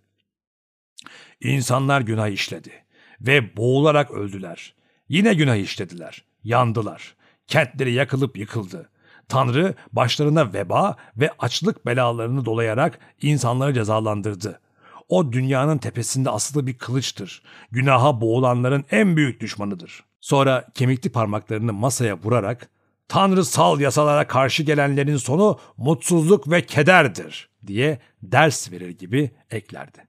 "İnsanlar günah işledi ve boğularak öldüler. Yine günah işlediler. Yandılar. Kentleri yakılıp yıkıldı. Tanrı başlarına veba ve açlık belalarını dolayarak insanları cezalandırdı. O dünyanın tepesinde asılı bir kılıçtır. Günaha boğulanların en büyük düşmanıdır." Sonra kemikli parmaklarını masaya vurarak "Tanrısal yasalara karşı gelenlerin sonu mutsuzluk ve kederdir" diye ders verir gibi eklerdi.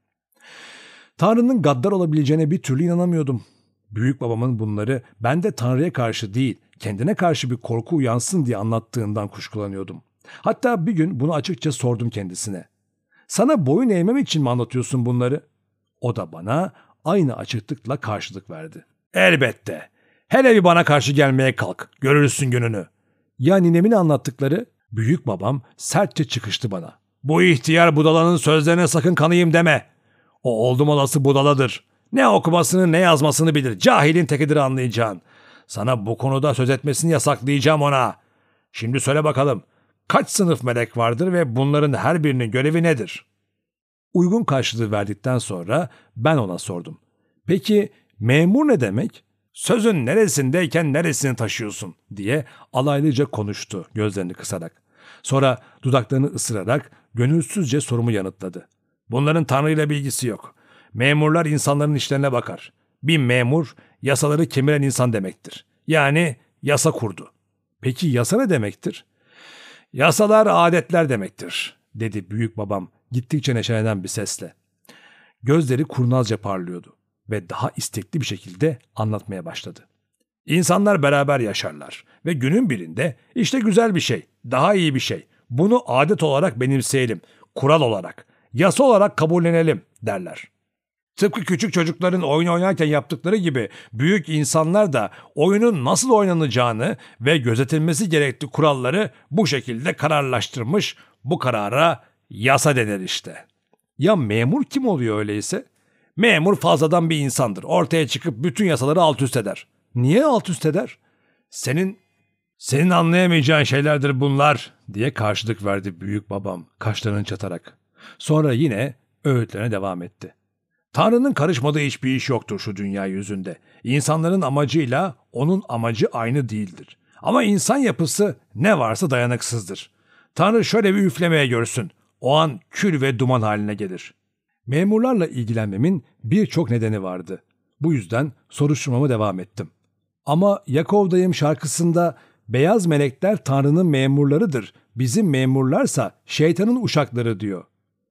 Tanrı'nın gaddar olabileceğine bir türlü inanamıyordum. Büyük babamın bunları bende Tanrı'ya karşı değil, kendine karşı bir korku uyansın diye anlattığından kuşkulanıyordum. Hatta bir gün bunu açıkça sordum kendisine. "Sana boyun eğmem için mi anlatıyorsun bunları?" O da bana aynı açıklıkla karşılık verdi. "Elbette. Hele bir bana karşı gelmeye kalk. Görürsün gününü." "Ya ninemin anlattıkları?" Büyük babam sertçe çıkıştı bana. "Bu ihtiyar budalanın sözlerine sakın kanayım deme. O oldum olası budaladır. Ne okumasını ne yazmasını bilir. Cahilin tekidir anlayacağın. Sana bu konuda söz etmesini yasaklayacağım ona. Şimdi söyle bakalım. Kaç sınıf melek vardır ve bunların her birinin görevi nedir?" Uygun karşılığı verdikten sonra ben ona sordum. "Peki memur ne demek?" "Sözün neresindeyken neresini taşıyorsun?" diye alaylıca konuştu gözlerini kısarak. Sonra dudaklarını ısırarak gönülsüzce sorumu yanıtladı. "Bunların Tanrı'yla bir ilgisi yok. Memurlar insanların işlerine bakar. Bir memur yasaları kemiren insan demektir. Yani yasa kurdu." "Peki yasa ne demektir?" "Yasalar adetler demektir," dedi büyük babam gittikçe neşelenen bir sesle. Gözleri kurnazca parlıyordu ve daha istekli bir şekilde anlatmaya başladı. "İnsanlar beraber yaşarlar ve günün birinde işte güzel bir şey, daha iyi bir şey. Bunu adet olarak benimseyelim, kural olarak, yasa olarak kabullenelim derler. Tıpkı küçük çocukların oyun oynarken yaptıkları gibi büyük insanlar da oyunun nasıl oynanacağını ve gözetilmesi gerektiği kuralları bu şekilde kararlaştırmış, bu karara yasa denir işte." "Ya memur kim oluyor öyleyse?" "Memur fazladan bir insandır. Ortaya çıkıp bütün yasaları alt üst eder." "Niye alt üst eder?" Senin senin anlayamayacağın şeylerdir bunlar" diye karşılık verdi büyük babam kaşlarını çatarak. Sonra yine öğütlerine devam etti. "Tanrı'nın karışmadığı hiçbir iş yoktur şu dünya yüzünde. İnsanların amacıyla onun amacı aynı değildir. Ama insan yapısı ne varsa dayanıksızdır. Tanrı şöyle bir üflemeye görsün. O an kül ve duman haline gelir." Memurlarla ilgilenmemin birçok nedeni vardı. Bu yüzden soruşturmama devam ettim. "Ama Yakov'dayım şarkısında beyaz melekler Tanrı'nın memurlarıdır. Bizim memurlarsa şeytanın uşakları diyor."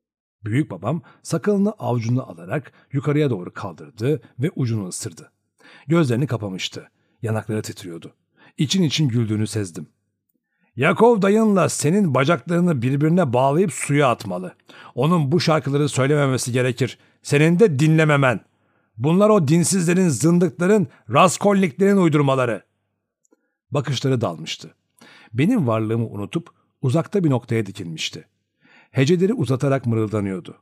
Büyük babam sakalını avucuna alarak yukarıya doğru kaldırdı ve ucunu ısırdı. Gözlerini kapamıştı. Yanakları titriyordu. İçin için güldüğünü sezdim. "Yakov dayınla senin bacaklarını birbirine bağlayıp suya atmalı. Onun bu şarkıları söylememesi gerekir. Senin de dinlememen. Bunlar o dinsizlerin, zındıkların, raskolniklerin uydurmaları." Bakışları dalmıştı. Benim varlığımı unutup uzakta bir noktaya dikilmişti. Heceleri uzatarak mırıldanıyordu.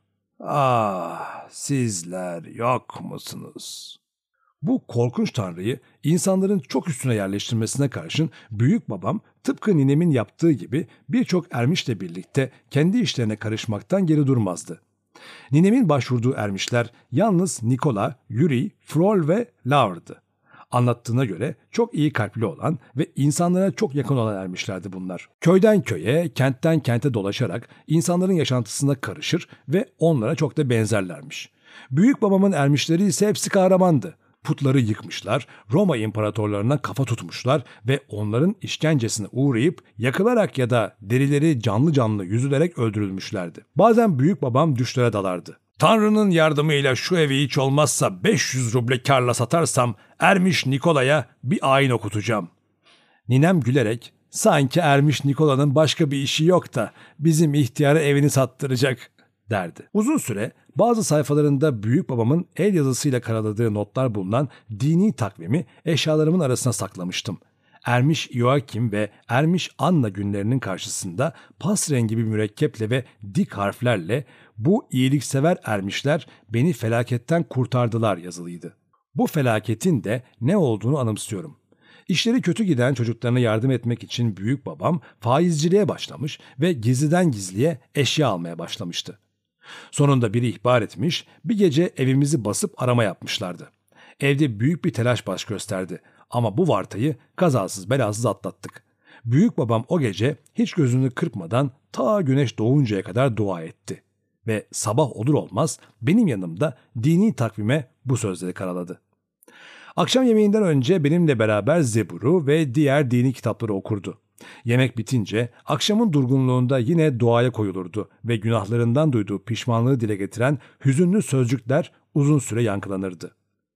Ah, sizler yok musunuz? Bu korkunç tanrıyı insanların çok üstüne yerleştirmesine karşın büyük babam tıpkı ninemin yaptığı gibi birçok ermişle birlikte kendi işlerine karışmaktan geri durmazdı. Ninemin başvurduğu ermişler yalnız Nikola, Yuri, Frol ve Laur'dı. Anlattığına göre çok iyi kalpli olan ve insanlara çok yakın olan ermişlerdi bunlar. Köyden köye, kentten kente dolaşarak insanların yaşantısına karışır ve onlara çok da benzerlermiş. Büyük babamın ermişleri ise hepsi kahramandı. Putları yıkmışlar, Roma imparatorlarına kafa tutmuşlar ve onların işkencesine uğrayıp yakılarak ya da derileri canlı canlı yüzülerek öldürülmüşlerdi. Bazen büyük babam düşlere dalardı. Tanrı'nın yardımıyla şu evi hiç olmazsa beş yüz ruble karla satarsam Ermiş Nikola'ya bir ayin okutacağım. Ninem gülerek, sanki Ermiş Nikola'nın başka bir işi yok da bizim ihtiyara evini sattıracak derdi. Uzun süre bazı sayfalarında büyük babamın el yazısıyla karaladığı notlar bulunan dini takvimi eşyalarımın arasına saklamıştım. Ermiş Joachim ve Ermiş Anna günlerinin karşısında pas rengi bir mürekkeple ve dik harflerle "Bu iyiliksever ermişler beni felaketten kurtardılar" yazılıydı. Bu felaketin de ne olduğunu anımsıyorum. İşleri kötü giden çocuklarına yardım etmek için büyük babam faizciliğe başlamış ve gizliden gizliye eşya almaya başlamıştı. Sonunda biri ihbar etmiş, bir gece evimizi basıp arama yapmışlardı. Evde büyük bir telaş baş gösterdi ama bu vartayı kazasız belasız atlattık. Büyük babam o gece hiç gözünü kırpmadan ta güneş doğuncaya kadar dua etti. Ve sabah olur olmaz benim yanımda dini takvime bu sözleri karaladı. Akşam yemeğinden önce benimle beraber Zebur'u ve diğer dini kitapları okurdu. Yemek bitince akşamın durgunluğunda yine duaya koyulurdu ve günahlarından duyduğu pişmanlığı dile getiren hüzünlü sözcükler uzun süre yankılanırdı.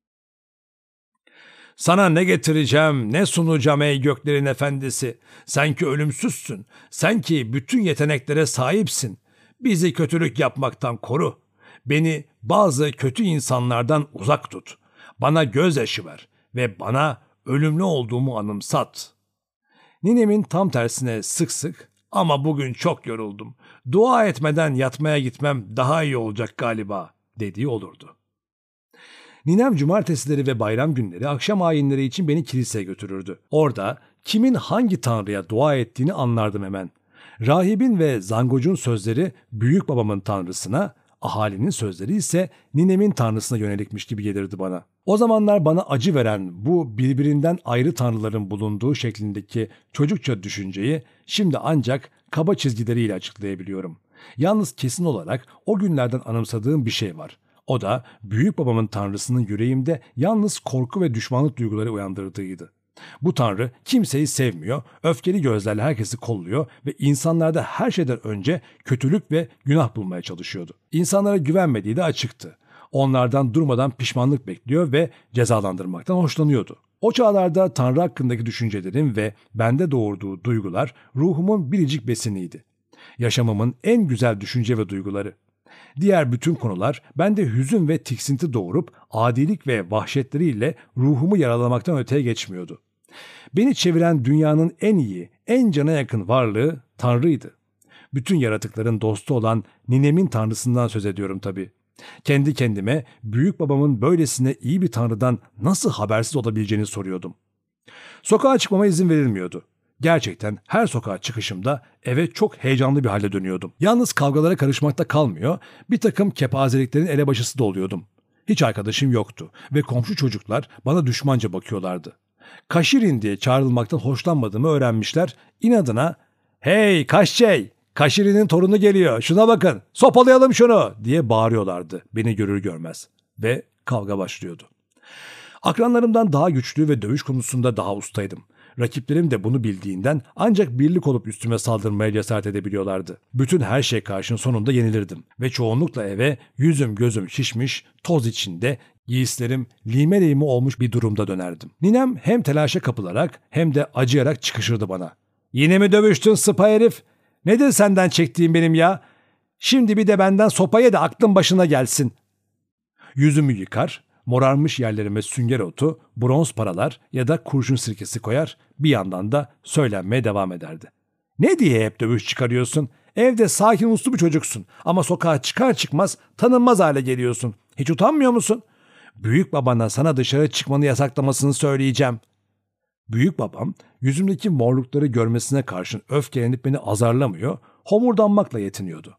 Sana ne getireceğim, ne sunacağım ey göklerin efendisi? Sen ki ölümsüzsün, sen ki bütün yeteneklere sahipsin. Bizi kötülük yapmaktan koru. Beni bazı kötü insanlardan uzak tut. Bana gözyaşı ver ve bana ölümlü olduğumu anımsat. Ninemin tam tersine sık sık "Ama bugün çok yoruldum. Dua etmeden yatmaya gitmem daha iyi olacak galiba" dediği olurdu. Ninem cumartesileri ve bayram günleri akşam ayinleri için beni kiliseye götürürdü. Orada kimin hangi tanrıya dua ettiğini anlardım hemen. Rahibin ve zangocun sözleri büyük babamın tanrısına, ahalinin sözleri ise ninemin tanrısına yönelikmiş gibi gelirdi bana. O zamanlar bana acı veren bu birbirinden ayrı tanrıların bulunduğu şeklindeki çocukça düşünceyi şimdi ancak kaba çizgileriyle açıklayabiliyorum. Yalnız kesin olarak o günlerden anımsadığım bir şey var. O da büyük babamın tanrısının yüreğimde yalnız korku ve düşmanlık duyguları uyandırdığıydı. Bu tanrı kimseyi sevmiyor, öfkeli gözlerle herkesi kolluyor ve insanlarda her şeyden önce kötülük ve günah bulmaya çalışıyordu. İnsanlara güvenmediği de açıktı. Onlardan durmadan pişmanlık bekliyor ve cezalandırmaktan hoşlanıyordu. O çağlarda Tanrı hakkındaki düşüncelerim ve bende doğurduğu duygular ruhumun biricik besiniydi. Yaşamımın en güzel düşünce ve duyguları. Diğer bütün konular bende hüzün ve tiksinti doğurup adilik ve vahşetleriyle ruhumu yaralamaktan öteye geçmiyordu. Beni çeviren dünyanın en iyi, en cana yakın varlığı Tanrı'ydı. Bütün yaratıkların dostu olan ninemin tanrısından söz ediyorum tabii. Kendi kendime büyük babamın böylesine iyi bir tanrıdan nasıl habersiz olabileceğini soruyordum. Sokağa çıkmama izin verilmiyordu. Gerçekten her sokağa çıkışımda eve çok heyecanlı bir halde dönüyordum. Yalnız kavgalara karışmakta kalmıyor, bir takım kepazeliklerin elebaşısı da oluyordum. Hiç arkadaşım yoktu ve komşu çocuklar bana düşmanca bakıyorlardı. Kaşirin diye çağrılmaktan hoşlanmadığımı öğrenmişler, inadına "Hey Kaşçey, Kaşirin'in torunu geliyor, şuna bakın, sopalayalım şunu" diye bağırıyorlardı beni görür görmez ve kavga başlıyordu. Akranlarımdan daha güçlü ve dövüş konusunda daha ustaydım. Rakiplerim de bunu bildiğinden ancak birlik olup üstüme saldırmaya cesaret edebiliyorlardı. Bütün her şey karşın sonunda yenilirdim ve çoğunlukla eve yüzüm gözüm şişmiş, toz içinde, giysilerim lime lime olmuş bir durumda dönerdim. Ninem hem telaşa kapılarak hem de acıyarak çıkışırdı bana. "Yine mi dövüştün sıpa herif? Nedir senden çektiğim benim ya? Şimdi bir de benden sopa ye de aklın başına gelsin." Yüzümü yıkar, Morarmış yerlerime sünger otu, bronz paralar ya da kurşun sirkesi koyar, bir yandan da söylenmeye devam ederdi. Ne diye hep dövüş çıkarıyorsun? Evde sakin uslu bir çocuksun ama sokağa çıkar çıkmaz tanınmaz hale geliyorsun. Hiç utanmıyor musun? Büyük babana sana dışarı çıkmanı yasaklamasını söyleyeceğim. Büyük babam yüzümdeki morlukları görmesine karşın öfkelenip beni azarlamıyor, homurdanmakla yetiniyordu.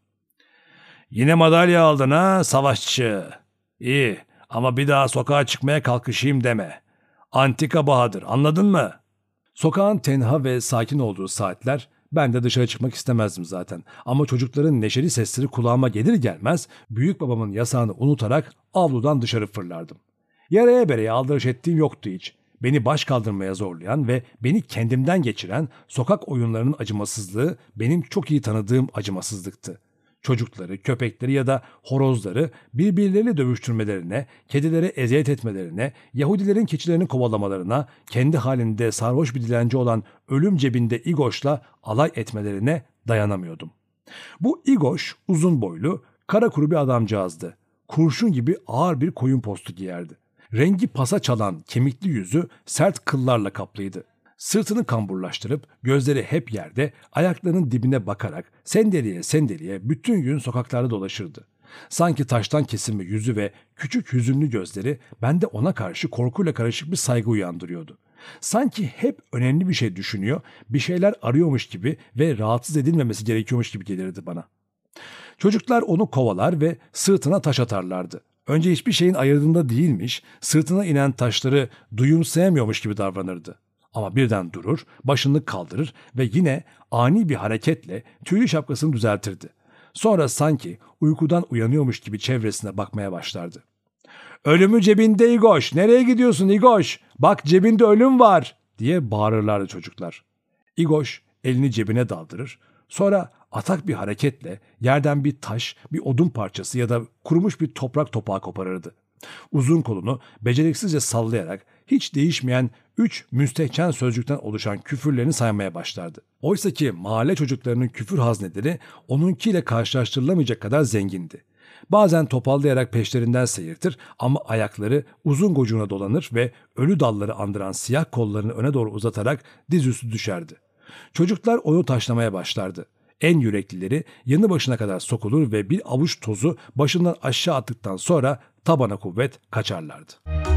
Yine madalya aldın ha savaşçı. İyi ama bir daha sokağa çıkmaya kalkışayım deme. Antika Bahadır, anladın mı? Sokağın tenha ve sakin olduğu saatler, ben de dışarı çıkmak istemezdim zaten. Ama çocukların neşeli sesleri kulağıma gelir gelmez büyük babamın yasağını unutarak avludan dışarı fırlardım. Yaraya bereye aldırış ettiğim yoktu hiç. Beni baş kaldırmaya zorlayan ve beni kendimden geçiren sokak oyunlarının acımasızlığı benim çok iyi tanıdığım acımasızlıktı. Çocukları, köpekleri ya da horozları birbirleriyle dövüştürmelerine, kedilere eziyet etmelerine, Yahudilerin keçilerini kovalamalarına, kendi halinde sarhoş bir dilenci olan ölüm cebinde İgoş'la alay etmelerine dayanamıyordum. Bu İgoş uzun boylu, kara kuru bir adamcağızdı. Kurşun gibi ağır bir koyun postu giyerdi. Rengi pasa çalan kemikli yüzü sert kıllarla kaplıydı. Sırtını kamburlaştırıp gözleri hep yerde, ayaklarının dibine bakarak sendeliye sendeliye bütün gün sokaklarda dolaşırdı. Sanki taştan kesilme yüzü ve küçük hüzünlü gözleri bende ona karşı korkuyla karışık bir saygı uyandırıyordu. Sanki hep önemli bir şey düşünüyor, bir şeyler arıyormuş gibi ve rahatsız edilmemesi gerekiyormuş gibi gelirdi bana. Çocuklar onu kovalar ve sırtına taş atarlardı. Önce hiçbir şeyin ayırdığında değilmiş, sırtına inen taşları duyumsayamıyormuş gibi davranırdı. Ama birden durur, başını kaldırır ve yine ani bir hareketle tüylü şapkasını düzeltirdi. Sonra sanki uykudan uyanıyormuş gibi çevresine bakmaya başlardı. "Ölümü cebinde İgoş, nereye gidiyorsun İgoş? Bak cebinde ölüm var!" diye bağırırlardı çocuklar. İgoş elini cebine daldırır, sonra atak bir hareketle yerden bir taş, bir odun parçası ya da kurumuş bir toprak topağı koparırdı. Uzun kolunu beceriksizce sallayarak hiç değişmeyen üç müstehcen sözcükten oluşan küfürlerini saymaya başlardı. Oysaki mahalle çocuklarının küfür hazneleri onunkiyle karşılaştırılamayacak kadar zengindi. Bazen topallayarak peşlerinden seyirtir ama ayakları uzun gocuğuna dolanır ve ölü dalları andıran siyah kollarını öne doğru uzatarak dizüstü düşerdi. Çocuklar onu taşlamaya başlardı. En yüreklileri yanı başına kadar sokulur ve bir avuç tozu başından aşağı attıktan sonra tabana kuvvet kaçarlardı.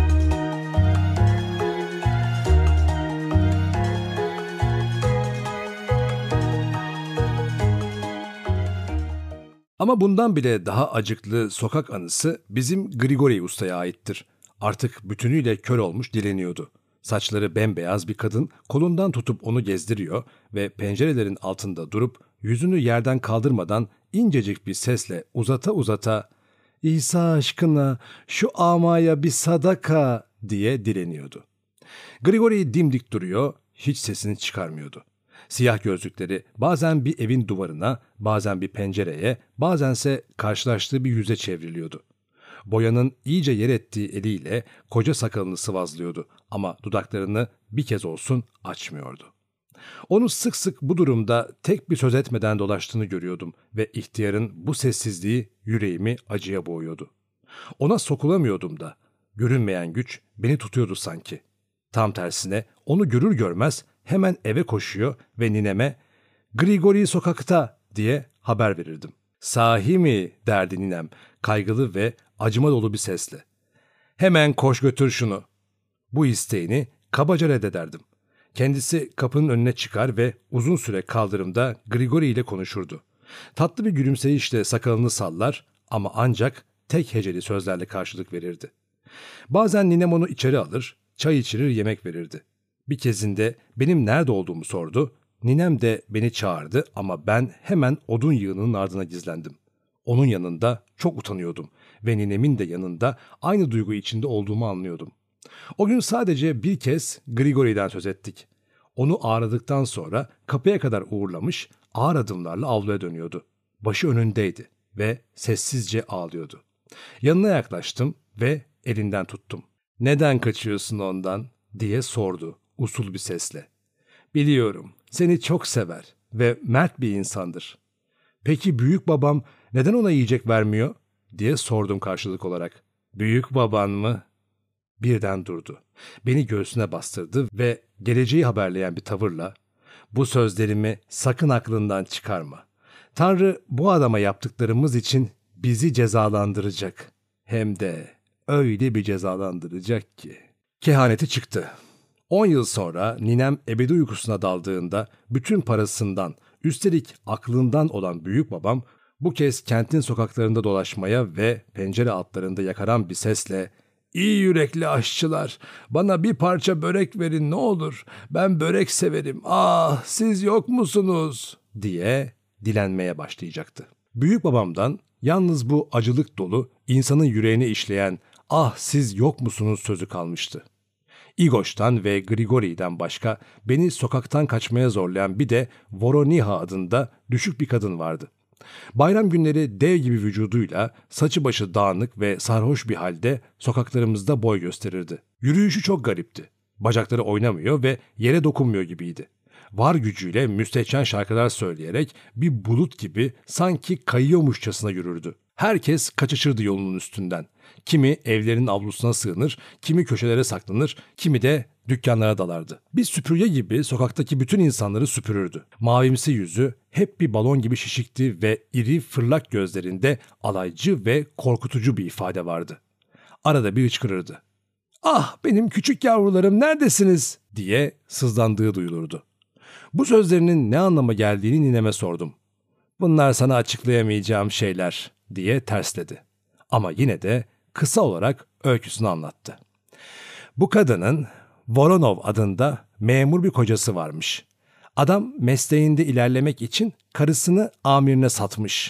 Ama bundan bile daha acıklı sokak anısı bizim Grigori Usta'ya aittir. Artık bütünüyle kör olmuş dileniyordu. Saçları bembeyaz bir kadın kolundan tutup onu gezdiriyor ve pencerelerin altında durup yüzünü yerden kaldırmadan incecik bir sesle uzata uzata "İsa aşkına şu amaya bir sadaka" diye dileniyordu. Grigori dimdik duruyor, hiç sesini çıkarmıyordu. Siyah gözlükleri bazen bir evin duvarına, bazen bir pencereye, bazense karşılaştığı bir yüze çevriliyordu. Boyanın iyice yer ettiği eliyle koca sakalını sıvazlıyordu ama dudaklarını bir kez olsun açmıyordu. Onu sık sık bu durumda tek bir söz etmeden dolaştığını görüyordum ve ihtiyarın bu sessizliği yüreğimi acıya boğuyordu. Ona sokulamıyordum da, görünmeyen güç beni tutuyordu sanki. Tam tersine onu görür görmez hemen eve koşuyor ve nineme "Grigori sokakta" diye haber verirdim. "Sahi mi?" derdi ninem kaygılı ve acıma dolu bir sesle. "Hemen koş götür şunu." Bu isteğini kabaca reddederdim. Kendisi kapının önüne çıkar ve uzun süre kaldırımda Grigori ile konuşurdu. Tatlı bir gülümseyişle sakalını sallar ama ancak tek heceli sözlerle karşılık verirdi. Bazen ninem onu içeri alır, çay içirir, yemek verirdi. Bir kezinde benim nerede olduğumu sordu. Ninem de beni çağırdı ama ben hemen odun yığınının ardına gizlendim. Onun yanında çok utanıyordum ve ninemin de yanında aynı duygu içinde olduğumu anlıyordum. O gün sadece bir kez Grigori'den söz ettik. Onu ağırladıktan sonra kapıya kadar uğurlamış, ağır adımlarla avluya dönüyordu. Başı önündeydi ve sessizce ağlıyordu. Yanına yaklaştım ve elinden tuttum. "Neden kaçıyorsun ondan?" diye sordu usul bir sesle. "Biliyorum, seni çok sever ve mert bir insandır." "Peki büyük babam neden ona yiyecek vermiyor?" diye sordum karşılık olarak. "Büyük baban mı?" Birden durdu. Beni göğsüne bastırdı ve geleceği haberleyen bir tavırla "Bu sözlerimi sakın aklından çıkarma. Tanrı bu adama yaptıklarımız için bizi cezalandıracak. Hem de öyle bir cezalandıracak ki." Kehaneti çıktı. On yıl sonra ninem ebedi uykusuna daldığında bütün parasından, üstelik aklından olan büyük babam bu kez kentin sokaklarında dolaşmaya ve pencere altlarında yakaran bir sesle "İyi yürekli aşçılar, bana bir parça börek verin ne olur, ben börek severim, ah siz yok musunuz?" diye dilenmeye başlayacaktı. Büyük babamdan yalnız bu acılık dolu, insanın yüreğine işleyen "ah siz yok musunuz" sözü kalmıştı. İgoş'tan ve Grigori'den başka beni sokaktan kaçmaya zorlayan bir de Voroniha adında düşük bir kadın vardı. Bayram günleri dev gibi vücuduyla, saçı başı dağınık ve sarhoş bir halde sokaklarımızda boy gösterirdi. Yürüyüşü çok garipti. Bacakları oynamıyor ve yere dokunmuyor gibiydi. Var gücüyle müstehcen şarkılar söyleyerek bir bulut gibi sanki kayıyormuşçasına yürürdü. Herkes kaçışırdı yolunun üstünden. Kimi evlerinin avlusuna sığınır, kimi köşelere saklanır, kimi de dükkanlara dalardı. Bir süpürge gibi sokaktaki bütün insanları süpürürdü. Mavimsi yüzü hep bir balon gibi şişikti ve iri fırlak gözlerinde alaycı ve korkutucu bir ifade vardı. Arada bir hıçkırırdı. "Ah benim küçük yavrularım neredesiniz?" diye sızlandığı duyulurdu. Bu sözlerinin ne anlama geldiğini nineme sordum. "Bunlar sana açıklayamayacağım şeyler" diye tersledi. Ama yine de kısa olarak öyküsünü anlattı. Bu kadının Voronov adında memur bir kocası varmış. Adam mesleğinde ilerlemek için karısını amirine satmış.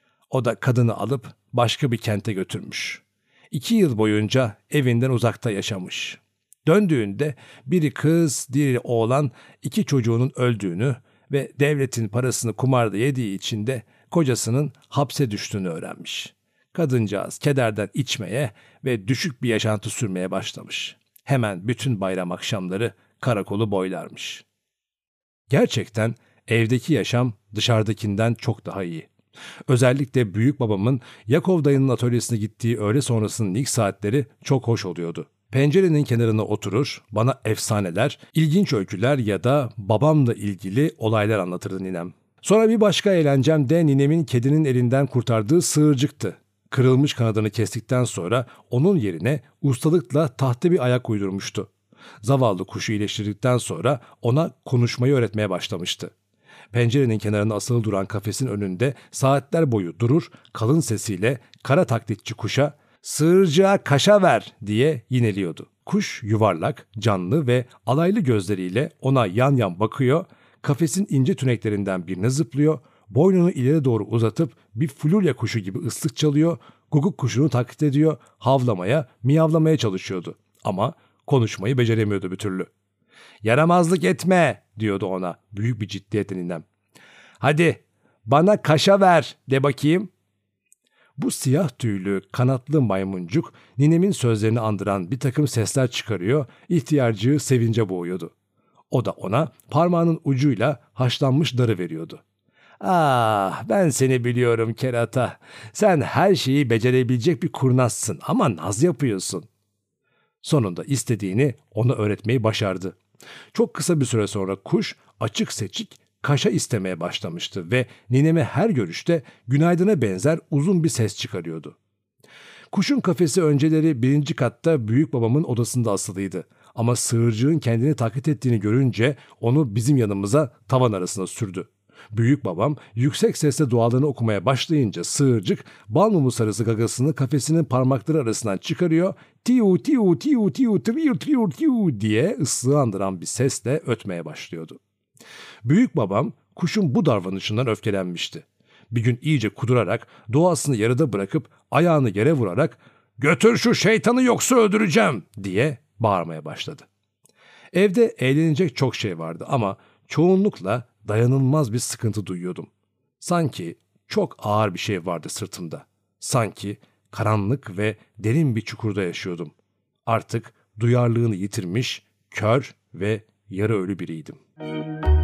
O da kadını alıp başka bir kente götürmüş. İki yıl boyunca evinden uzakta yaşamış. Döndüğünde biri kız, diğeri oğlan, iki çocuğunun öldüğünü ve devletin parasını kumarda yediği için de kocasının hapse düştüğünü öğrenmiş. Kadıncağız kederden içmeye ve düşük bir yaşantı sürmeye başlamış. Hemen bütün bayram akşamları karakolu boylarmış. Gerçekten evdeki yaşam dışarıdakinden çok daha iyi. Özellikle büyük babamın Yakov dayının atölyesine gittiği öğle sonrasının ilk saatleri çok hoş oluyordu. Pencerenin kenarına oturur, bana efsaneler, ilginç öyküler ya da babamla ilgili olaylar anlatırdı ninem. Sonra bir başka eğlencem de ninemin kedinin elinden kurtardığı sığırcıktı. Kırılmış kanadını kestikten sonra onun yerine ustalıkla tahta bir ayak uydurmuştu. Zavallı kuşu iyileştirdikten sonra ona konuşmayı öğretmeye başlamıştı. Pencerenin kenarında asılı duran kafesin önünde saatler boyu durur, kalın sesiyle kara taklitçi kuşa "Sığırcığa kaşa ver" diye yineliyordu. Kuş yuvarlak, canlı ve alaylı gözleriyle ona yan yan bakıyor, kafesin ince tüneklerinden birine zıplıyor, boynunu ileri doğru uzatıp bir flulya kuşu gibi ıslık çalıyor, guguk kuşunu taklit ediyor, havlamaya, miyavlamaya çalışıyordu. Ama konuşmayı beceremiyordu bir türlü. "Yaramazlık etme" diyordu ona büyük bir ciddiyetle ninem. "Hadi bana kaşa ver de bakayım." Bu siyah tüylü, kanatlı maymuncuk ninemin sözlerini andıran bir takım sesler çıkarıyor, ihtiyarcığı sevince boğuyordu. O da ona parmağının ucuyla haşlanmış darı veriyordu. "Ah ben seni biliyorum kerata. Sen her şeyi becerebilecek bir kurnazsın ama naz yapıyorsun." Sonunda istediğini ona öğretmeyi başardı. Çok kısa bir süre sonra kuş açık seçik kaşa istemeye başlamıştı ve nineme her görüşte günaydına benzer uzun bir ses çıkarıyordu. Kuşun kafesi önceleri birinci katta büyük babamın odasında asılıydı. Ama sığırcığın kendini taklit ettiğini görünce onu bizim yanımıza tavan arasına sürdü. Büyük babam yüksek sesle dualarını okumaya başlayınca sığırcık bal mumu sarısı gagasını kafesinin parmakları arasından çıkarıyor, "Tiu tiu tiu tiu triu triu tiu" diye ıslığı andıran bir sesle ötmeye başlıyordu. Büyük babam kuşun bu davranışından öfkelenmişti. Bir gün iyice kudurarak doğasını yarıda bırakıp ayağını yere vurarak "Götür şu şeytanı yoksa öldüreceğim" diye bağırmaya başladı. Evde eğlenecek çok şey vardı ama çoğunlukla dayanılmaz bir sıkıntı duyuyordum. Sanki çok ağır bir şey vardı sırtımda. Sanki karanlık ve derin bir çukurda yaşıyordum. Artık duyarlılığını yitirmiş, kör ve yarı ölü biriydim.